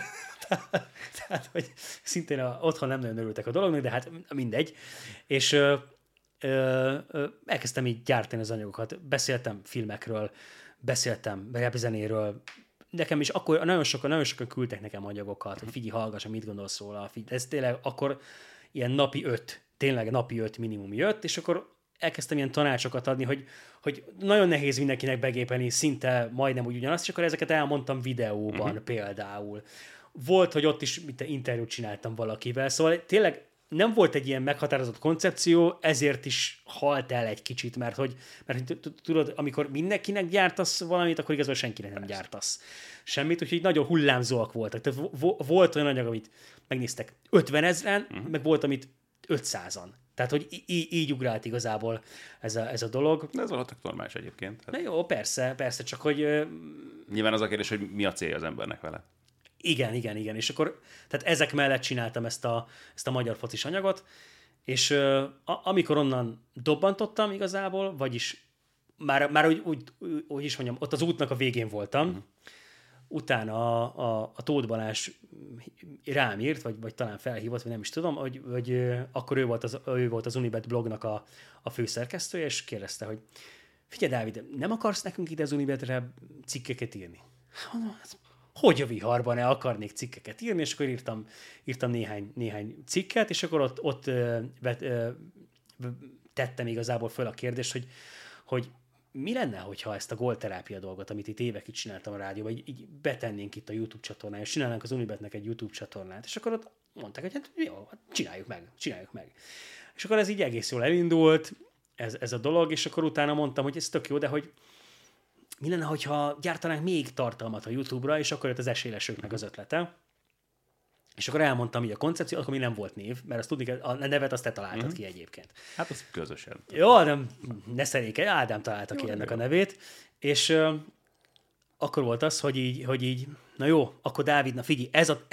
Tehát, hogy szintén otthon nem nagyon örültek a dolognak, de hát mindegy. És elkezdtem így gyártani az anyagokat. Beszéltem filmekről, beszéltem repzenéről. Nekem is akkor nagyon sokan küldtek nekem anyagokat, hogy figyelj, hallgass, mit gondolsz róla. Ez tényleg akkor ilyen napi 5 minimum jött, és akkor elkezdtem ilyen tanácsokat adni, hogy nagyon nehéz mindenkinek begépelni szinte majdnem úgy ugyanazt, és akkor ezeket elmondtam videóban például. Volt, hogy ott is interjút csináltam valakivel, szóval tényleg nem volt egy ilyen meghatározott koncepció, ezért is halt el egy kicsit, mert tudod, amikor mindenkinek gyártasz valamit, akkor igazából senkinek nem gyártasz semmit, úgyhogy nagyon hullámzóak voltak. Tehát volt olyan anyag, amit megnéztek 50 000-en, meg volt, amit 500-an. Tehát, hogy így ugrált igazából ez a dolog. De ez valahogy normális egyébként. Na jó, persze, csak hogy... Nyilván az a kérdés, hogy mi a célja az embernek vele. Igen. És akkor, tehát ezek mellett csináltam ezt a magyar focis anyagot, és amikor onnan dobbantottam igazából, vagyis már úgy is mondjam, ott az útnak a végén voltam, utána a Tóth Balázs rám írt, vagy talán felhívott, vagy nem is tudom, hogy akkor ő volt az Unibet blognak a főszerkesztője, és kérdezte, hogy figyelj, Dávid, nem akarsz nekünk ide az Unibetre cikkeket írni? Hogy a viharban ne akarnék cikkeket írni, és akkor írtam néhány cikket, és akkor ott tettem igazából föl a kérdést, hogy mi lenne, hogyha ezt a gólterápia dolgot, amit itt évekig csináltam a rádióban, így betennénk itt a YouTube csatornán, és csinálnánk az Unibetnek egy YouTube csatornát, és akkor ott mondták, hogy hát jó, csináljuk meg. És akkor ez így egész jól elindult, ez a dolog, és akkor utána mondtam, hogy ez tök jó, de hogy mi lenne, hogyha gyártanánk még tartalmat a YouTube-ra, és akkor jött az Esélylesőknek az ötlete. És akkor elmondtam így a koncepciót, akkor még nem volt név, mert azt tudni kell, a nevet azt te találtad ki egyébként. Hát az közösen. Jó, ne szerékelj, Ádám találta ki ennek a nevét. És akkor volt az, hogy így, na jó, akkor Dávid, na figyelj,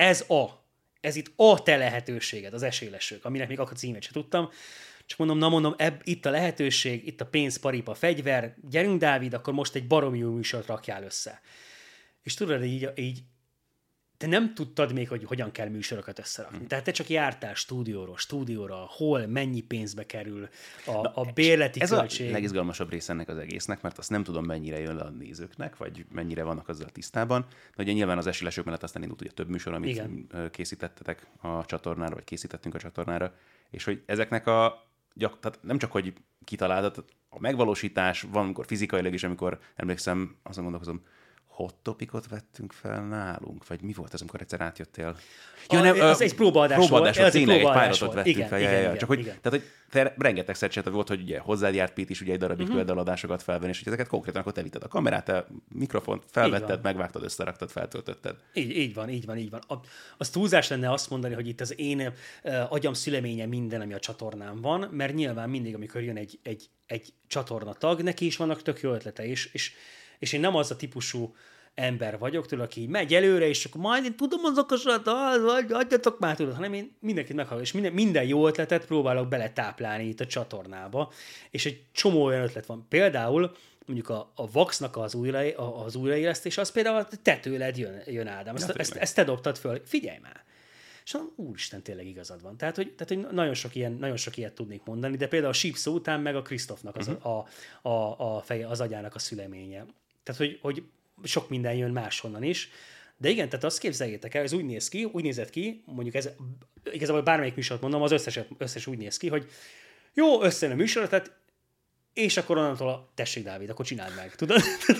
ez itt a te lehetőséged, az Esélylesők, aminek még akkor címet sem tudtam. Csak mondom, itt a lehetőség, itt a pénz, paripa, fegyver, gyerünk Dávid, akkor most egy baromi jó műsort rakjál össze. És tudod, így te nem tudtad még, hogy hogyan kell műsorokat összerakni. Tehát te csak jártál stúdióra, hol, mennyi pénzbe kerül a bérleti költség. Ez a legizgalmasabb része ennek az egésznek, mert azt nem tudom, mennyire jön le a nézőknek, vagy mennyire vannak azzal tisztában. De ugye nyilván az Esélylesők mellett aztán indult ugye több műsor, amit készítettetek a csatornára, vagy készítettünk a csatornára, és hogy ezeknek tehát nem csak, hogy kitaláltad, a megvalósítás van, amikor fizikailag is, amikor emlékszem, azon gondolkozom, hot topicot vettünk fel nálunk? Vagy mi volt ez, amikor egyszer átjöttél? Ez egy próbaadás volt. Tényleg egy pilotot vettünk fel. Igen, csak hogy, tehát, hogy te rengeteg csináltad volt, hogy ugye hozzád járt Pét is ugye egy darabig például adásokat felvenni, és hogy ezeket konkrétan akkor te vitted a kamerát, a mikrofont, felvetted, megvágtad, összeraktad, feltöltötted. Így van. Az túlzás lenne azt mondani, hogy itt az én agyam szüleménye minden, ami a csatornán van, mert nyilván mindig, amikor jön egy csatornatag, neki is vannak tök jó ötlete, és én nem az a típusú ember vagyok, tudod, aki megy előre, és akkor majd én tudom azokat, adjatok már, tudod, hanem én mindenkit meghallgatok, és minden jó ötletet próbálok beletáplálni itt a csatornába, és egy csomó olyan ötlet van. Például mondjuk a Vaxnak az újraélesztés, az például te tőled jön Ádám. Ezt te dobtad föl. Figyelj már! És mondom, úristen, tényleg igazad van. Tehát, hogy nagyon sok ilyet tudnék mondani, de például a Sípszó után meg a Krisztofnak az agyának a szüleménye. Tehát, hogy sok minden jön máshonnan is, De igen, tehát azt képzeljétek el, ez úgy nézett ki, mondjuk ez, igazából bármelyik műsort mondom, az összes úgy néz ki, hogy jó, összejön a műsor, tehát és akkor onnantól tessék, Dávid, akkor csináld meg, tudod?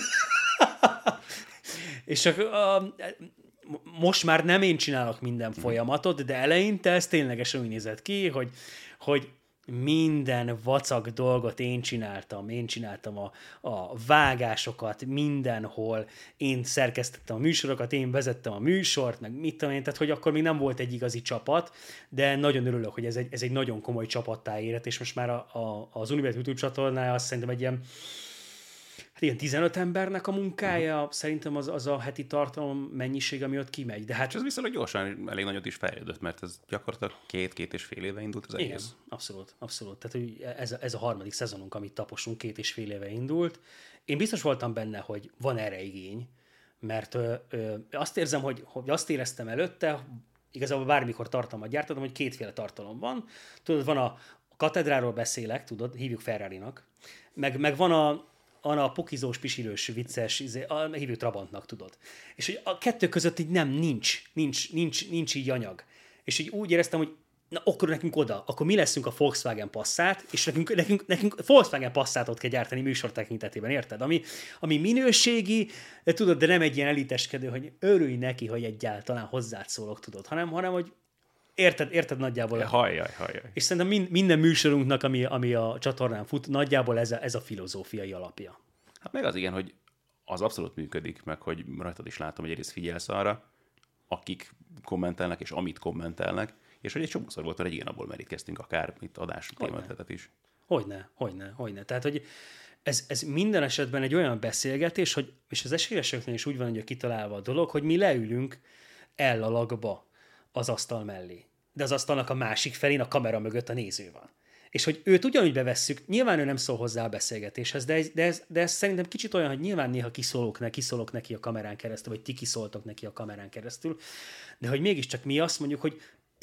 És most már nem én csinálok minden folyamatot, de eleinte ez ténylegesen úgy nézett ki, hogy minden vacak dolgot én csináltam a vágásokat mindenhol, én szerkesztettem a műsorokat, én vezettem a műsort, meg mit tudom én, tehát hogy akkor még nem volt egy igazi csapat, de nagyon örülök, hogy ez egy nagyon komoly csapattá érett, és most már az Unibet YouTube csatornája azt szerintem egy ilyen 15 embernek a munkája, szerintem az a heti tartalom mennyiség, ami ott kimegy. De hát ez viszonylag gyorsan elég nagyot is fejlődött, mert ez gyakorlatilag 2-2,5 éve indult az egész. Igen, abszolút. Tehát hogy ez a harmadik szezonunk, amit taposunk, 2,5 éve indult. Én biztos voltam benne, hogy van erre igény, mert azt érzem, hogy azt éreztem előtte, igazából bármikor tartalmat gyártottam, hogy kétféle tartalom van. Tudod, van a katedráról beszélek, tudod, hívjuk Ferrari-nak, meg van a pokizós, pisilős, vicces, hívjuk Trabantnak, tudod. És hogy a kettő között így nincs így anyag. És így úgy éreztem, hogy na, akkor nekünk oda, akkor mi leszünk a Volkswagen Passat, és nekünk Volkswagen Passatot kell gyártani műsor tekintetében, érted? Ami minőségi, de tudod, de nem egy ilyen eliteskedő, hogy örülj neki, hogy egyáltalán hozzád szólok, tudod, hanem hogy érted nagyjából. Hajjaj. És szerintem minden műsorunknak, ami a csatornán fut, nagyjából ez a filozófiai alapja. Hát meg az igen, hogy az abszolút működik, meg hogy rajtad is látom, hogy egyrészt figyelsz arra, akik kommentelnek, és amit kommentelnek, és hogy egy csomószor volt, hogy igen, abból merítkeztünk akár itt adás témaötletet is. Hogyne. Tehát, hogy ez minden esetben egy olyan beszélgetés, hogy, és az esélyeseknél is úgy van, hogy kitalálva a dolog, hogy mi leülünk ellalagba az asztal mellé. De az asztalnak a másik felén, a kamera mögött a néző van. És hogy őt ugyanúgy bevesszük, nyilván ő nem szól hozzá a beszélgetéshez, de ez szerintem kicsit olyan, hogy nyilván néha kiszólok neki a kamerán keresztül, vagy ti kiszóltok neki a kamerán keresztül, de hogy mégiscsak mi azt mondjuk, hogy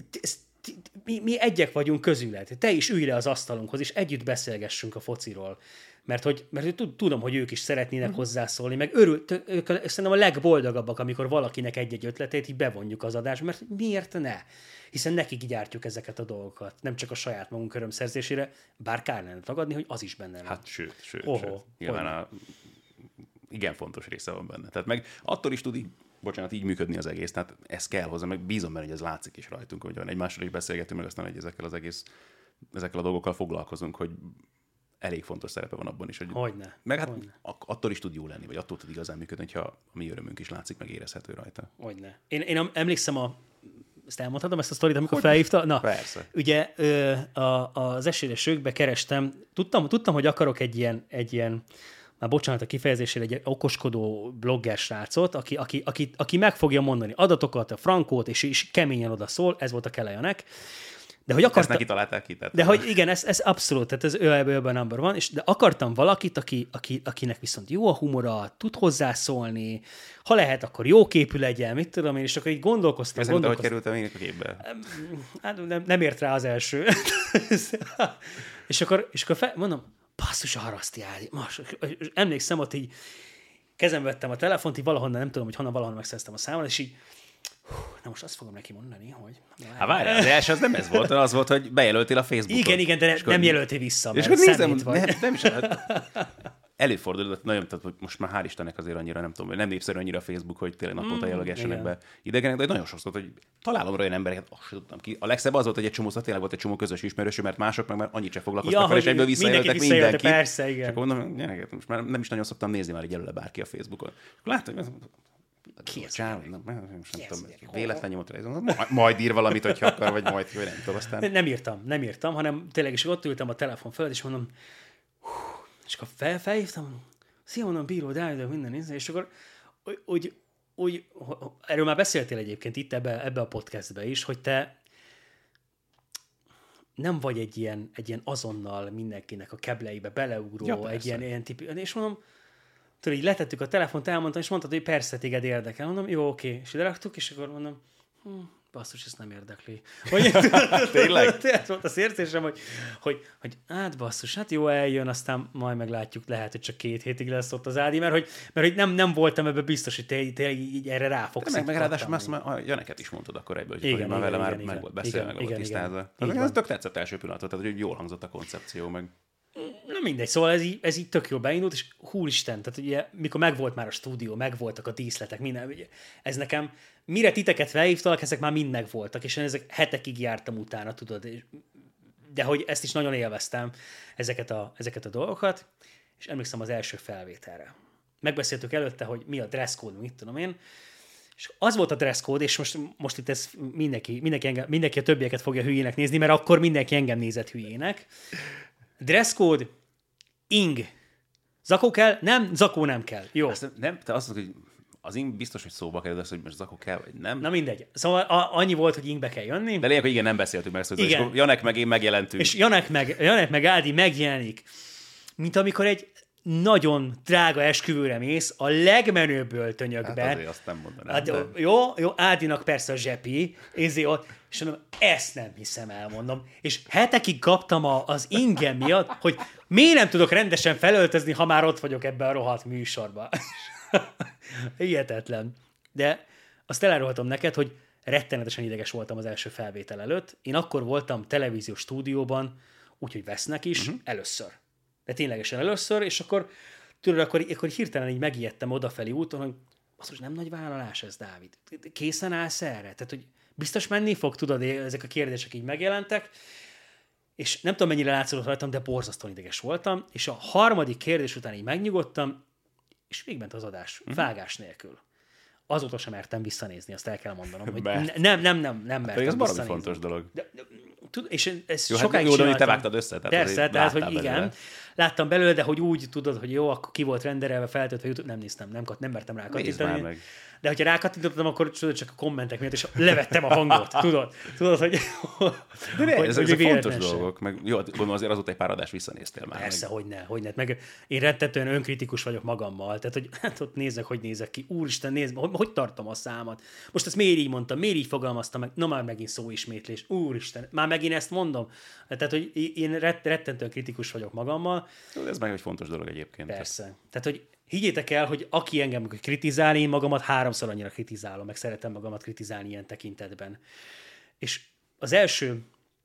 mi egyek vagyunk közület. Te is ülj le az asztalunkhoz, és együtt beszélgessünk a fociról. Mert tudom, hogy ők is szeretnének hozzászólni, meg ők szerintem a legboldogabbak, amikor valakinek egy-egy ötletét így bevonjuk az adásba, mert miért ne? Hiszen nekik gyártjuk ezeket a dolgokat, nem csak a saját magunk örömszerzésére, bár kár lenne tagadni, hogy az is benne van. Hát sőt. Nyilván igen fontos része van benne. Tehát meg attól is tud így működni az egész, tehát ez kell hozzá, meg bízom benne, hogy ez látszik is rajtunk, hogy egymásról is beszélgetünk, meg aztán, hogy ezekkel a dolgokkal foglalkozunk, hogy elég fontos szerepe van abban is, hogy... Hogyne. Meg hát attól is tud jó lenni, vagy attól tud igazán működni, hogyha a mi örömünk is látszik, meg érezhető rajta. Hogyne. Én emlékszem ezt elmondhatom, ezt a sztorit, amikor felhívta? Na, persze. Ugye az esélyesőkbe kerestem, tudtam, hogy akarok egy ilyen már bocsánat a kifejezésére, egy okoskodó blogger srácot, aki meg fogja mondani adatokat, a frankót, és keményen oda szól, ez volt a Kelejanek. De hogy ezt neki találták ki? De hogy igen, ez abszolút, tehát ez őben number van, de akartam valakit, akinek viszont jó a humora, tud hozzászólni, ha lehet, akkor jó képű legyen, mit tudom én, és akkor így gondolkoztam. Hogy kerültem én a képbe? Hát nem ért rá az első. és akkor mondom, basszus a harasztjál. Emlékszem, ott így kezembe vettem a telefont, így valahonnan, nem tudom, hogy valahonnan megszereztem a számot, és így na most azt fogom neki mondani, hogy... Hát várjál, az első az nem ez volt, az volt, hogy bejelöltél a Facebookon. Igen, de nem jelöltél vissza, és mert nézem, nem is. Előfordult, nagyon, tehát most már hál' Istennek azért annyira, nem tudom, nem népszerű annyira a Facebook, hogy tényleg naponta jelölgessenek be idegenek, de nagyon sokszor, hogy találom olyan embereket, azt sem tudtam ki. A legszebb az volt, hogy egy csomó, tényleg volt egy csomó közös ismerősű, mert mások meg már annyit se foglalkoztak fel, és egyből visszajelöltek mindenki. Persze, igen. És akkor mondom, gyerekek, most már nem is nagyon szoktam nézni, már így jelöle bárki a Facebookon. Látod, hogy ki ez? Véletlen nyomott rá. Majd ír valamit, hogyha akar, vagy majd, vagy nem tudom, aztán... Nem írtam, hanem tényleg is ott ültem a telefon felett, és mondom, és akkor felhívtam, szia, mondom, bíró, de minden ízni, és akkor úgy, erről már beszéltél egyébként itt ebbe a podcastbe is, hogy te nem vagy egy ilyen azonnal mindenkinek a kebleibe beleugró, egy ilyen típű, és mondom, tudod, így letettük a telefont, elmondtam, és mondtad, hogy persze, téged érdekel. Mondom, jó, oké. És ide raktuk, és akkor mondom, basszus, ezt nem érdekli. Tényleg? Ez volt az érzésem, hogy hát basszus, hát jó, eljön, aztán majd meglátjuk, lehet, hogy csak 2 hétig lesz ott az Ádi, mert hogy nem voltam ebben biztos, hogy te így erre rá fogsz. Meg ráadásul már a Janeket is mondtad akkor egyből, hogy már vele már meg volt beszélve, meg volt tisztázva. Ez tök tetszett első pillanatot, tehát hogy jól hangzott a koncepció, meg... Na mindegy, szóval ez így tök jól beindult, és húristen, tehát ugye mikor megvolt már a stúdió, megvoltak a díszletek, minden, ugye, ez nekem, mire titeket felhívtalak, ezek már mind megvoltak, és én ezek hetekig jártam utána, tudod, de hogy ezt is nagyon élveztem, ezeket a dolgokat, és emlékszem az első felvételre. Megbeszéltük előtte, hogy mi a dress code, mit tudom én, és az volt a dress code, és most itt ez mindenki a többieket fogja hülyének nézni, mert akkor mindenki engem nézett hülyének. Dress code, ing. Zakó kell? Nem, zakó nem kell. Jó. Nem, te azt mondod, hogy az ing biztos, hogy szóba kerül, az, hogy most zakó kell, vagy nem. Na mindegy. Szóval annyi volt, hogy ingbe kell jönni. De lényeg, hogy igen, nem beszéltünk meg, szóval és Janek meg én megjelentünk. És Janek meg Ádi megjelenik, mint amikor egy nagyon drága esküvőre mész, a legmenőbb öltönyökbe. Hát azért azt nem mondanám. Hát, de... Jó, Ádinak persze a zsepi, ott, és mondom, ezt nem hiszem, elmondom. És hetekig kaptam az ingem miatt, hogy miért nem tudok rendesen felöltözni, ha már ott vagyok ebben a rohadt műsorban. Hihetetlen. De azt elárulhatom neked, hogy rettenetesen ideges voltam az első felvétel előtt. Én akkor voltam televíziós stúdióban, úgyhogy vesznek is, először. De ténylegesen először, és akkor tudod, akkor hirtelen így megijedtem odafelé úton, hogy az nem nagy vállalás ez, Dávid. Készen állsz erre? Tehát, hogy biztos menni fog, tudod, ezek a kérdések így megjelentek, és nem tudom, mennyire látszott rajtam, de borzasztóan ideges voltam, és a harmadik kérdés után így megnyugodtam, és végigment az adás, vágás nélkül. Azóta sem mertem visszanézni, azt el kell mondanom, hogy nem mertem ez baromi fontos dolog. És ez jó, sokáig hát jó, de te vágtad össze. Persze, tehát, hogy igen. Belőle. Láttam belőle, de hogy úgy tudod, hogy jó, akkor ki volt renderelve, feltöltve YouTube, nem néztem, nem mertem rákattintani. De hogyha rákattintottam, akkor csak a kommentek miatt, és levettem a hangot, tudod, hogy... De ezek fontos dolgok, meg jó, gondolom azért azóta egy pár adást visszanéztél már. Persze, hogyne. Meg én rettetően önkritikus vagyok magammal, tehát hogy hát ott nézek, hogy nézek ki. Úristen, nézd, hogy tartom a számat. Most ezt miért így mondtam, miért így fogalmaztam meg? Na már megint szóismétlés. Úristen, már megint ezt mondom. Tehát, hogy én rettentően kritikus vagyok magammal. Ez meg egy fontos dolog egyébként. Persze. Tehát, hogy higgyétek el, hogy aki engem kritizál, én magamat 3-szor annyira kritizálom, meg szeretem magamat kritizálni ilyen tekintetben. És az első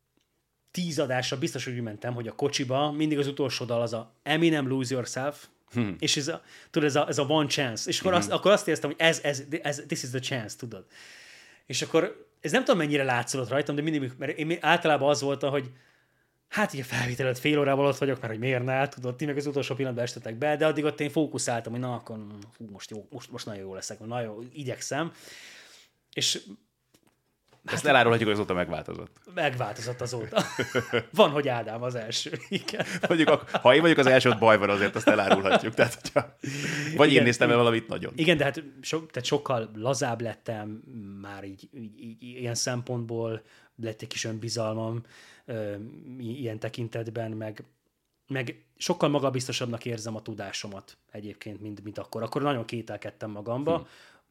10 adásra biztos, hogy úgy mentem, hogy a kocsiba mindig az utolsó dal az a Eminem Lose Yourself, és ez a one chance. És akkor azt éreztem, hogy ez this is the chance, tudod. És akkor ez nem tudom, mennyire látszott rajtam, de mindig, mert én általában az volt, hogy hát így a felvétel előtt fél órával ott vagyok, mert hogy miért ne, tudod, ti meg az utolsó pillanatban estetek be, de addig ott én fókuszáltam, hogy na, akkor most nagyon jó leszek, nagyon jó, igyekszem. És ezt elárulhatjuk, hogy azóta megváltozott. Megváltozott azóta. Van, hogy Ádám az első. Igen. Mondjuk, ha én vagyok az első, ott baj van, azért azt elárulhatjuk. Tehát, hogyha... Vagy igen, én néztem el valamit nagyon. Igen, de hát tehát sokkal lazább lettem már így ilyen szempontból, lett egy kis önbizalmam ilyen tekintetben, meg sokkal magabiztosabbnak érzem a tudásomat egyébként, mint akkor. Akkor nagyon kételkedtem magamba.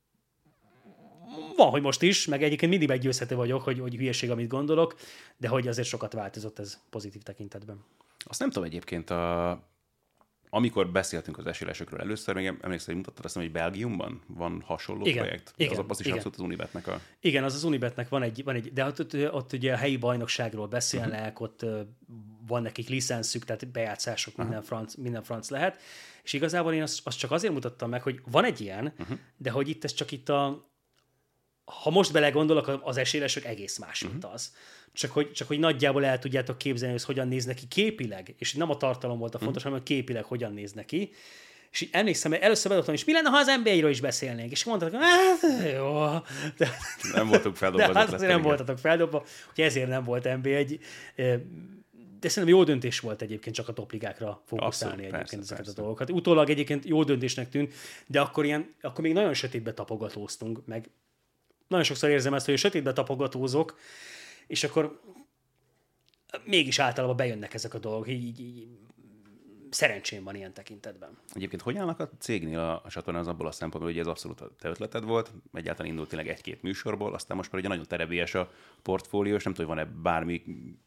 Van, hogy most is, meg egyébként mindig meggyőzhető vagyok, hogy hülyeség, amit gondolok, de hogy azért sokat változott ez pozitív tekintetben. Azt nem tudom egyébként, amikor beszéltünk az esélyesökről először, még emlékszem, hogy mutattad azt, hogy Belgiumban van hasonló projekt. Igen, az is abszolút az Unibetnek a... Igen, az Unibetnek van egy de ott ugye a helyi bajnokságról beszélnek, ott van nekik licenszük, tehát bejátszások, minden franc lehet. És igazából én azt csak azért mutattam meg, hogy van egy ilyen, de hogy itt ez csak itt ha most belegondolok, az esélyesök egész más, mint az. Csak hogy nagyjából el tudjátok képzelni, hogy hogyan néz neki képileg, és nem a tartalom volt a fontos, hanem a képileg hogyan néz neki. És így emlékszem, hogy először bedobtam, és mi lenne, ha az NBA-ről is beszélnénk? És mondták, hát jó. Nem voltunk feldobva. De hát nem voltatok feldobva, hogy ezért nem volt NBA de szerintem jó döntés volt egyébként csak a topligákra fókuszálni egyébként ezeket a dolgokat. Utólag egyébként jó döntésnek tűnt, de akkor még nagyon sötétbe tapogatóztunk, meg nagyon sokszor érzem ezt, hogy a sötétbe tapogatózok, és akkor mégis általában bejönnek ezek a dolgok. Így szerencsém van ilyen tekintetben. Egyébként hogy állnak a cégnél a csatornán az abból a szempontból, hogy ez abszolút a te ötleted volt, egyáltalán indult tényleg egy-két műsorból, aztán most már ugye nagyon terebélyes a portfólió, és nem tudom, hogy van-e bármi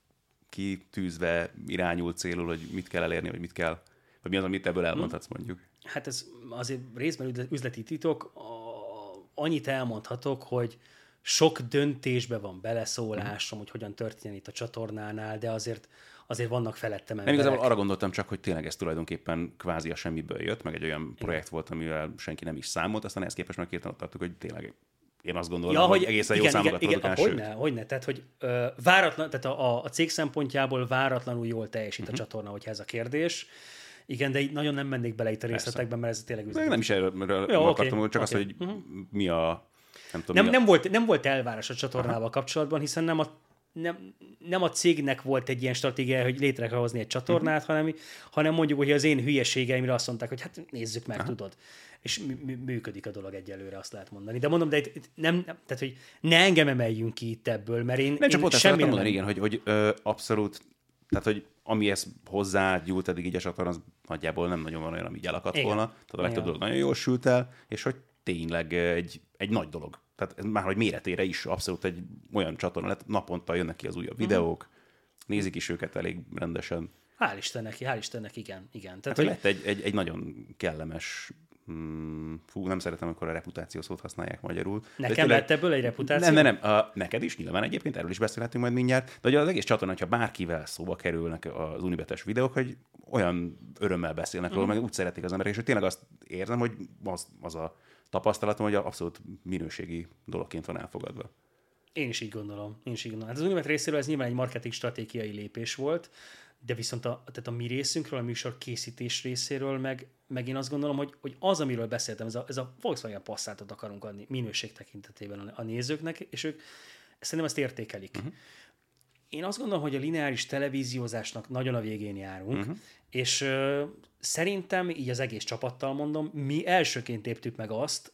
kitűzve, irányult célul, hogy mit kell elérni, vagy mit kell, vagy mi az, amit ebből elmondhatsz mondjuk. Hát ez azért részben üzleti titok. Annyit elmondhatok, hogy sok döntésbe van beleszólásom, hogy hogyan történjen itt a csatornánál, de azért vannak felettem emberek. Nem igazából arra gondoltam csak, hogy tényleg ez tulajdonképpen kvázi a semmiből jött, meg egy olyan projekt volt, amivel senki nem is számolt, aztán ehhez képest meg hirtelen tartottuk, hogy tényleg én azt gondolom, hogy egészen jó számokat produkálni. Hogyne, tehát hogy váratlan, tehát a cég szempontjából váratlanul jól teljesít a csatorna, hogyha ez a kérdés. Igen, de így nagyon nem mennék bele itt a részletekben, mert ez tényleg üzlet. Nem is erről akartam, csak azt, hogy mi a... Nem volt elvárás a csatornával kapcsolatban, hiszen nem a cégnek volt egy ilyen stratégia, hogy létre kell hozni egy csatornát, hanem mondjuk, hogy az én hülyeségeimre azt mondták, hogy hát nézzük meg, tudod. És működik a dolog egyelőre, azt lehet mondani. De mondom, de nem, tehát, hogy ne engem emeljünk ki itt ebből, mert én csak pont semmi mondani, igen, hogy abszolút, tehát, hogy amihez hozzágyúlt eddig így a csatorna, az nagyjából nem nagyon van olyan, ami így elakadt volna. Tehát a legtöbb dolog nagyon jól sült el, és hogy tényleg egy nagy dolog. Tehát ez már, hogy méretére is abszolút egy olyan csatorna lett, naponta jönnek ki az újabb videók, nézik is őket elég rendesen. Hál' Istennek, igen. Tehát, hát, hogy lett egy nagyon kellemes, nem szeretem, amikor a reputáció szót használják magyarul. Nekem lett ebből egy reputáció? Nem. Neked is, nyilván egyébként, erről is beszélhetünk majd mindjárt, de ugye az egész csatorna, hogyha bárkivel szóba kerülnek az Unibetes videók, hogy olyan örömmel beszélnek róla, meg úgy szeretik az emberek, és hogy tényleg azt érzem, hogy az a tapasztalatom, hogy abszolút minőségi dologként van elfogadva. Én is így gondolom. Hát az Unibet részéről ez nyilván egy marketing stratégiai lépés volt, de viszont tehát a mi részünkről, a műsor készítés részéről meg én azt gondolom, hogy az, amiről beszéltem, ez a Volkswagen Passatot akarunk adni minőség tekintetében a nézőknek, és ők szerintem ezt értékelik. Én azt gondolom, hogy a lineáris televíziózásnak nagyon a végén járunk, és szerintem, így az egész csapattal mondom, mi elsőként léptük meg azt,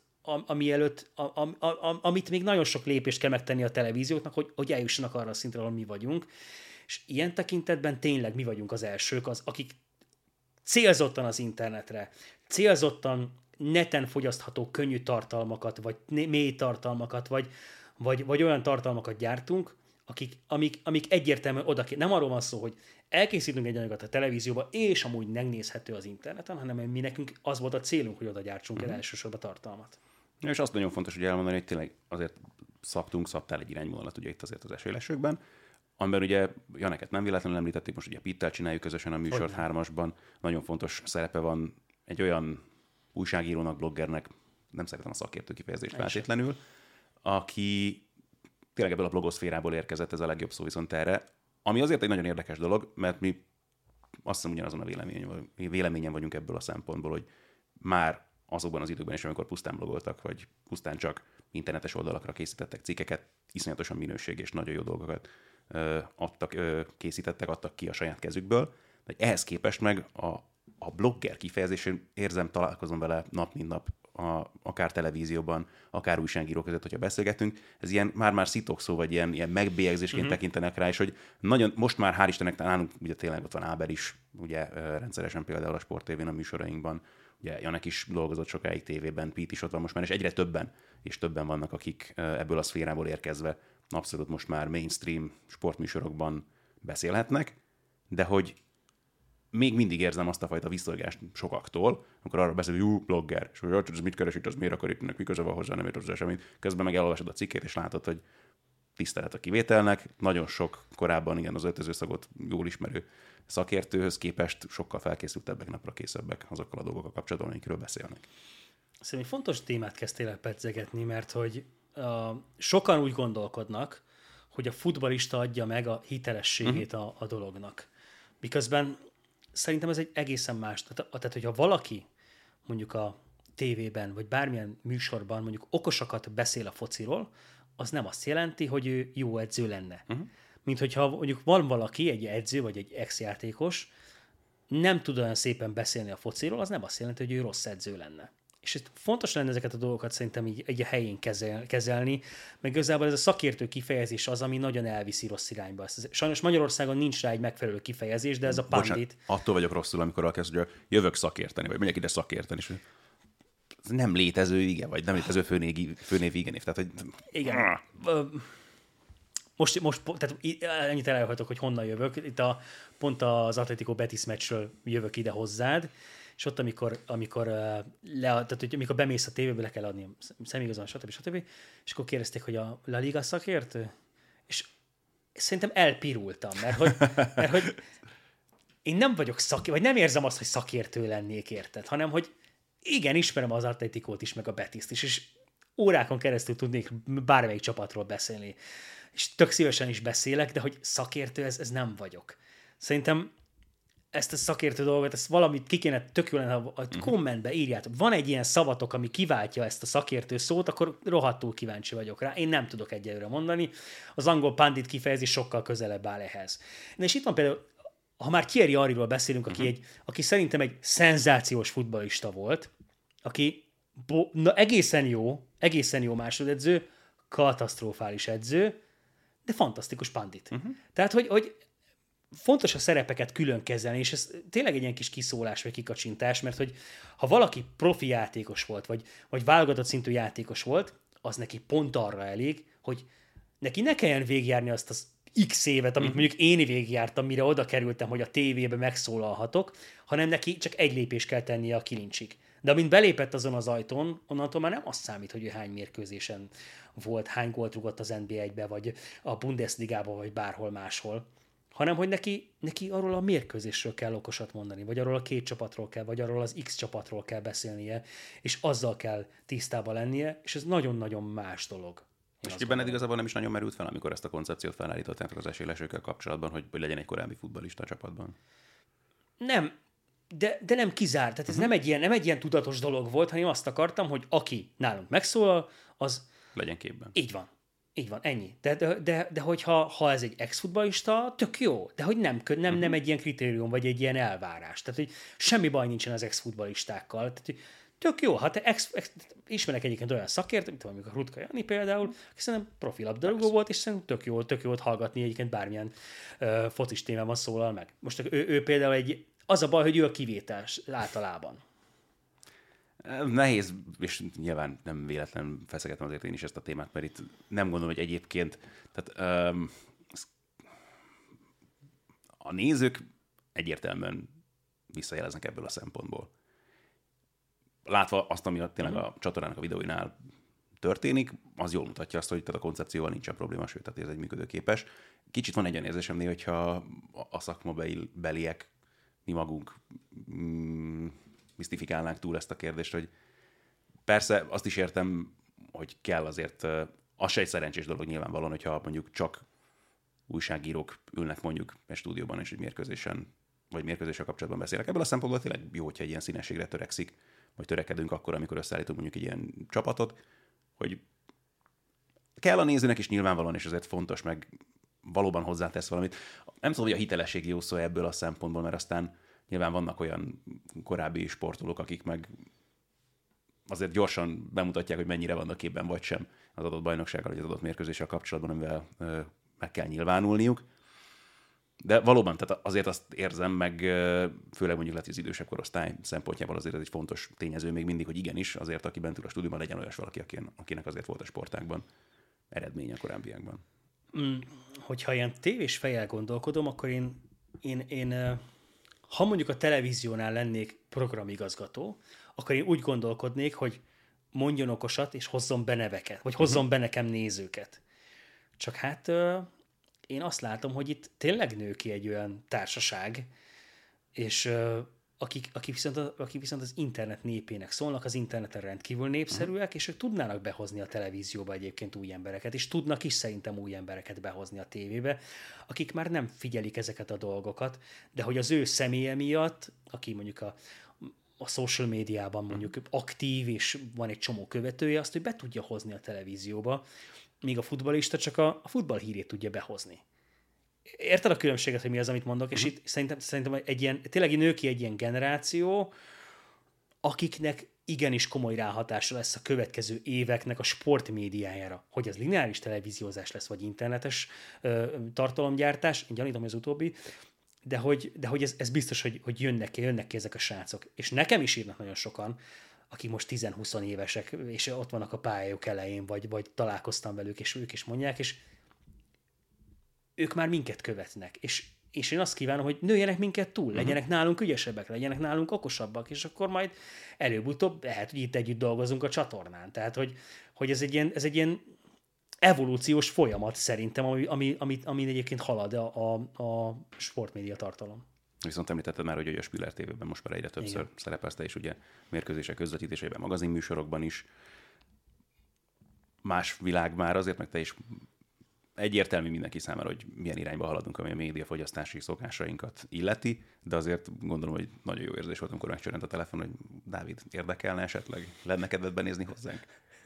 amit még nagyon sok lépést kell megtenni a televízióknak, hogy eljussanak arra a szintre, ahol mi vagyunk. És ilyen tekintetben tényleg mi vagyunk az elsők, akik célzottan az internetre, célzottan neten fogyasztható könnyű tartalmakat, vagy mély tartalmakat, vagy olyan tartalmakat gyártunk, amik egyértelműen oda nem arról van szó, hogy elkészítünk egy anyagot a televízióba, és amúgy megnézhető az interneten, hanem mi nekünk az volt a célunk, hogy oda gyártsunk el elsősorban tartalmat. És azt nagyon fontos, hogy elmondani, hogy tényleg azért szabtál egy irányvonalat ugye itt azért az Esélylesőkben, amiben ugye Janeket nem véletlenül említették, most ugye Pittel csináljuk közösen a műsort 3-asban. Nagyon fontos szerepe van egy olyan újságírónak, bloggernek, nem szeretem a szakértő kifejezést feltétlenül, aki tényleg ebből a blogoszférából érkezett, ez a legjobb szó viszont erre, ami azért egy nagyon érdekes dolog, mert mi azt hiszem ugyanazon a véleményen vagyunk ebből a szempontból, hogy már azokban az időkben is, amikor pusztán blogoltak, vagy pusztán csak internetes oldalakra készítettek cikkeket, iszonyatosan minőség és nagyon jó dolgokat adtak ki a saját kezükből. De ehhez képest meg a blogger kifejezésén találkozom vele nap mint nap, akár televízióban, akár újságírók között, hogyha beszélgetünk, ez ilyen már szitokszó, vagy ilyen megbélyegzésként tekintenek rá, és hogy nagyon, most már hál' Istennek nálunk, ugye tényleg ott van Áber is, ugye rendszeresen például a Sport TV-n a műsorainkban, ugye Janek is dolgozott sokáig tévében, Pete is ott van most már, és egyre többen vannak, akik ebből a szférából érkezve abszolút most már mainstream sportműsorokban beszélhetnek, de hogy még mindig érzem azt a fajta visszafogást sokaktól, amikor arra beszél, hogy blogger, és hogy ez mit keres itt, az miért akar itt, mi köze van hozzá, nem ért hozzá semmit. Közben meg elolvasod a cikkét, és látod, hogy tisztelet a kivételnek. Nagyon sok korábban igen az öltözőszagot jól ismerő szakértőhöz képest sokkal felkészültebbek, napra készebbek azokkal a dolgokkal kapcsolatban, amikről beszélnek. Szerintem egy fontos témát kezdtél el pedzegetni, mert hogy sokan úgy gondolkodnak, hogy a futballista adja meg a hitelességét a dolognak. Miközben szerintem ez egy egészen más. Tehát, hogyha valaki mondjuk a tévében, vagy bármilyen műsorban mondjuk okosakat beszél a fociról, az nem azt jelenti, hogy ő jó edző lenne. Mint hogyha mondjuk van valaki, egy edző, vagy egy ex-játékos, nem tud olyan szépen beszélni a fociról, az nem azt jelenti, hogy ő rossz edző lenne. És fontos lenne ezeket a dolgokat szerintem így egy a helyén kezelni, meg igazából ez a szakértő kifejezés az, ami nagyon elviszi rossz irányba. Sajnos Magyarországon nincs rá egy megfelelő kifejezés, de ez a pandit... Bocsánat, attól vagyok rosszul, amikor elkezd, hogy jövök szakérteni, vagy megyek ide szakérteni, és ez nem létező ige, vagy nem létező főnév igenév. Tehát, hogy... Igen. Most tehát ennyit elelhatok, hogy honnan jövök. Itt pont az Atletico Betis meccsről jövök ide hozzád, és ott, amikor bemész a tévébe, le kell adni személyigazolványt, stb. És akkor kérdezték, hogy a La Liga szakértő? És szerintem elpirultam, mert hogy én nem vagyok vagy nem érzem azt, hogy szakértő lennék, érted, hanem hogy igen, ismerem az Atleticót is, meg a Betiszt is, és órákon keresztül tudnék bármelyik csapatról beszélni. És tök szívesen is beszélek, de hogy szakértő, ez nem vagyok. Szerintem ezt a szakértő dolgot, ezt valamit ki kéne, tök jó lenne, ha a kommentbe írjátok. Van egy ilyen szavatok, ami kiváltja ezt a szakértő szót, akkor rohadtul kíváncsi vagyok rá. Én nem tudok egyelőre mondani. Az angol pandit kifejezés sokkal közelebb áll ehhez. Na és itt van például, ha már Thierry Henryről beszélünk, aki szerintem egy szenzációs futballista volt, aki egészen jó másodedző, katasztrofális edző, de fantasztikus pandit. Tehát, hogy fontos a szerepeket külön kezelni, és ez tényleg egy ilyen kis kiszólás vagy kikacsintás, mert hogy ha valaki profi játékos volt, vagy válogatott szintű játékos volt, az neki pont arra elég, hogy neki ne kelljen végigjárni azt az X évet, amit mondjuk én végigjártam, mire oda kerültem, hogy a tévébe megszólalhatok, hanem neki csak egy lépést kell tennie a kilincsig. De amint belépett azon az ajtón, onnantól már nem azt számít, hogy ő hány mérkőzésen volt, hány gólt rugott az NBA-be, vagy a Bundesligába, vagy bárhol máshol, hanem hogy neki arról a mérkőzésről kell okosat mondani, vagy arról a két csapatról kell, vagy arról az X csapatról kell beszélnie, és azzal kell tisztában lennie, és ez nagyon-nagyon más dolog. És benned igazából nem is nagyon merült fel, amikor ezt a koncepciót felállították az esélylesőkkel kapcsolatban, hogy legyen egy korábbi futballista a csapatban? Nem, de nem kizárt. Tehát ez nem egy ilyen tudatos dolog volt, hanem azt akartam, hogy aki nálunk megszólal, az... legyen képben. Így van, ennyi. De hogyha ez egy ex-futballista, tök jó, de hogy nem egy ilyen kritérium, vagy egy ilyen elvárás. Tehát, hogy semmi baj nincsen az ex-futballistákkal. Tehát, hogy tök jó, ha te ismerek egyébként olyan szakért, mint mondjuk a Rutka Jani például, aki szerintem profi labdarúgó volt, és szerintem tök jó hallgatni egyébként bármilyen focis témában szólal meg. Most ő például az a baj, hogy ő a kivétel általában. Nehéz, és nyilván nem véletlen feszegetem azért én is ezt a témát, mert itt nem gondolom, hogy egyébként tehát, a nézők egyértelműen visszajeleznek ebből a szempontból. Látva azt, ami tényleg a csatornának a videóinál történik, az jól mutatja azt, hogy tehát a koncepcióval nincsen probléma, sőt, tehát ez egy működőképes. Kicsit van egy olyan érzésem néha, hogyha a szakmabeliek, mi magunk misztifikálnánk túl ezt a kérdést, hogy persze azt is értem, hogy kell azért, az se egy szerencsés dolog nyilvánvalóan, hogyha mondjuk csak újságírók ülnek mondjuk egy stúdióban és egy mérkőzésen, vagy mérkőzéssel kapcsolatban beszélek. Ebből a szempontból tényleg jó, hogyha egy ilyen színességre törekszik, vagy törekedünk akkor, amikor összeállítunk mondjuk egy ilyen csapatot, hogy kell a nézőnek is nyilvánvalóan, és ezért fontos, meg valóban hozzátesz valamit. Nem tudom, hogy a hitelesség jó szó ebből a szempontból, mert aztán nyilván vannak olyan korábbi sportolók, akik meg azért gyorsan bemutatják, hogy mennyire vannak képben, vagy sem az adott bajnoksággal, vagy az adott mérkőzéssel kapcsolatban, amivel meg kell nyilvánulniuk. De valóban, tehát azért azt érzem, meg főleg mondjuk lehet, az idősebb korosztály szempontjából azért ez egy fontos tényező még mindig, hogy igenis, azért aki bent ül a stúdióban, legyen olyas valaki, akinek azért volt a sportágban eredménye a korábbiakban. Hogyha ilyen tévés fejjel gondolkodom, akkor én ha mondjuk a televíziónál lennék programigazgató, akkor én úgy gondolkodnék, hogy mondjon okosat, és hozzon be neveket, vagy hozzon be nekem nézőket. Csak hát én azt látom, hogy itt tényleg nő ki egy olyan társaság, és akik viszont az internet népének szólnak, az interneten rendkívül népszerűek, és ők tudnának behozni a televízióba egyébként új embereket, és tudnak is szerintem új embereket behozni a tévébe, akik már nem figyelik ezeket a dolgokat, de hogy az ő személye miatt, aki mondjuk a social médiában mondjuk aktív, és van egy csomó követője, azt, hogy be tudja hozni a televízióba, míg a futballista csak a futball hírét tudja behozni. Érted a különbséget, hogy mi az, amit mondok, és itt szerintem tényleg nő ki egy ilyen generáció, akiknek igenis komoly ráhatása lesz a következő éveknek a sportmédiájára. Hogy ez lineáris televíziózás lesz, vagy internetes tartalomgyártás, én gyanítom, hogy az utóbbi, de hogy ez biztos, hogy jönnek ki ezek a srácok. És nekem is írnak nagyon sokan, akik most 10-20 évesek, és ott vannak a pályájuk elején, vagy találkoztam velük, és ők is mondják, és ők már minket követnek. És én azt kívánom, hogy nőjenek minket túl, legyenek nálunk ügyesebbek, legyenek nálunk okosabbak, és akkor majd előbb-utóbb lehet, hogy itt együtt dolgozunk a csatornán. Tehát, hogy ez egy ilyen evolúciós folyamat szerintem, ami egyébként halad a sportmédia tartalom. Viszont említetted már, hogy a Spiller TV-ben most már egyre többször szerepelsz te is, ugye mérkőzések közvetítésében, magazinműsorokban is. Más világ már azért, meg te is egyértelmű mindenki számára, hogy milyen irányba haladunk, ami a médiafogyasztási szokásainkat illeti, de azért gondolom, hogy nagyon jó érzés volt, amikor megcsörrent a telefon, hogy Dávid, érdekelne esetleg? Lenne kedved benézni hozzánk?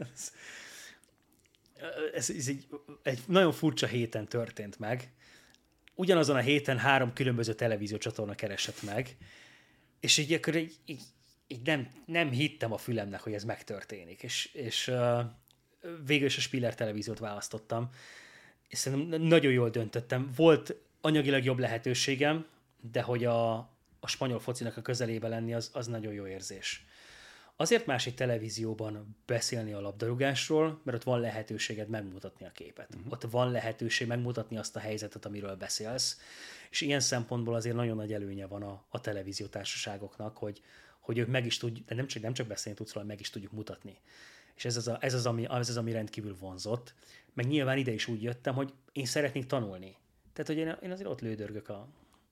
Ez egy nagyon furcsa héten történt meg. Ugyanazon a héten 3 különböző televíziócsatorna keresett meg, és így akkor így nem hittem a fülemnek, hogy ez megtörténik. És végül is a Spiller televíziót választottam, és szerintem nagyon jól döntöttem. Volt anyagilag jobb lehetőségem, de hogy a spanyol focinak a közelébe lenni, az nagyon jó érzés. Azért más egy televízióban beszélni a labdarúgásról, mert ott van lehetőséged megmutatni a képet. Ott van lehetőség megmutatni azt a helyzetet, amiről beszélsz, és ilyen szempontból azért nagyon nagy előnye van a televíziótársaságoknak, hogy ők meg is tudjuk, de nem csak beszélni tudsz róla, meg is tudjuk mutatni. És ez az, ami rendkívül vonzott. Meg nyilván ide is úgy jöttem, hogy én szeretnék tanulni. Tehát, hogy én azért ott lődörgök a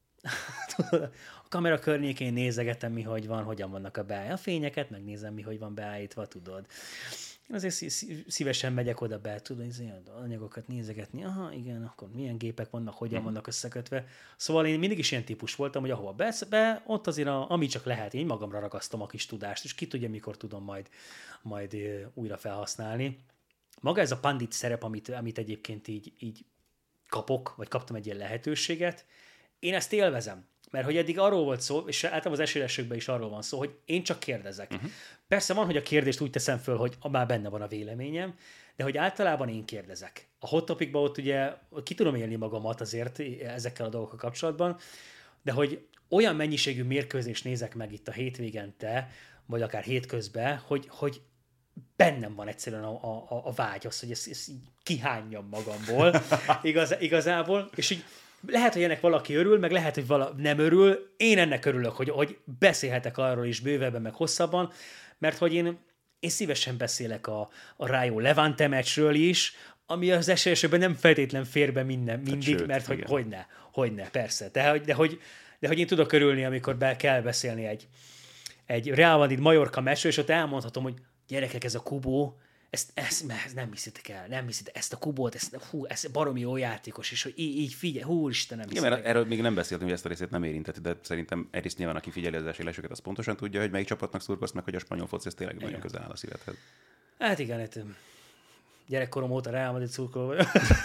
kamera környékén, nézegetem, mi hogy van, hogyan vannak a fényeket, megnézem, mi hogy van beállítva, tudod. Én azért szívesen megyek oda be, tudod, anyagokat nézegetni, aha, igen, akkor milyen gépek vannak, hogyan vannak összekötve. Szóval én mindig is ilyen típus voltam, hogy ahova be ott azért, ami csak lehet, én magamra ragasztom a kis tudást, és ki tudja, mikor tudom majd újra felhasználni. Maga ez a pandit szerep, amit egyébként így kapok, vagy kaptam egy ilyen lehetőséget, én ezt élvezem, mert hogy eddig arról volt szó, és általában az esélyességben is arról van szó, hogy én csak kérdezek. Persze van, hogy a kérdést úgy teszem föl, hogy már benne van a véleményem, de hogy általában én kérdezek. A Hot Topicban ott ugye ki tudom élni magamat azért ezekkel a dolgokkal kapcsolatban, de hogy olyan mennyiségű mérkőzést nézek meg itt a hétvégente, vagy akár hétközben, hogy bennem van egyszerűen a vágy az, hogy ezt így kihányjam magamból igazából, és így lehet, hogy ennek valaki örül, meg lehet, hogy nem örül. Én ennek örülök, hogy beszélhetek arról is bővebben, meg hosszabban, mert hogy én szívesen beszélek a Rayo Levante meccsről is, ami az esélyességben nem feltétlen fér be mindig, sőt, mert hogyne, persze. De hogy én tudok örülni, amikor kell beszélni egy Real Madrid Mallorca meccsről, és ott elmondhatom, hogy gyerekek, ez a Kubó, ezt nem hiszitek el, ezt a Kubót, ez baromi jó játékos, és hogy így figyelj, húristen, nem hiszitek el. Erről még nem beszéltünk, hogy ezt a részét nem érintett, de szerintem egyrészt nyilván, aki figyeli az esélyeseket, az pontosan tudja, hogy melyik csapatnak szurkolsz meg, hogy a spanyol foci, ez tényleg nagyon közel áll a szívedhez. Hát igen, gyerekkorom óta Real Madrid szurkoló vagyok.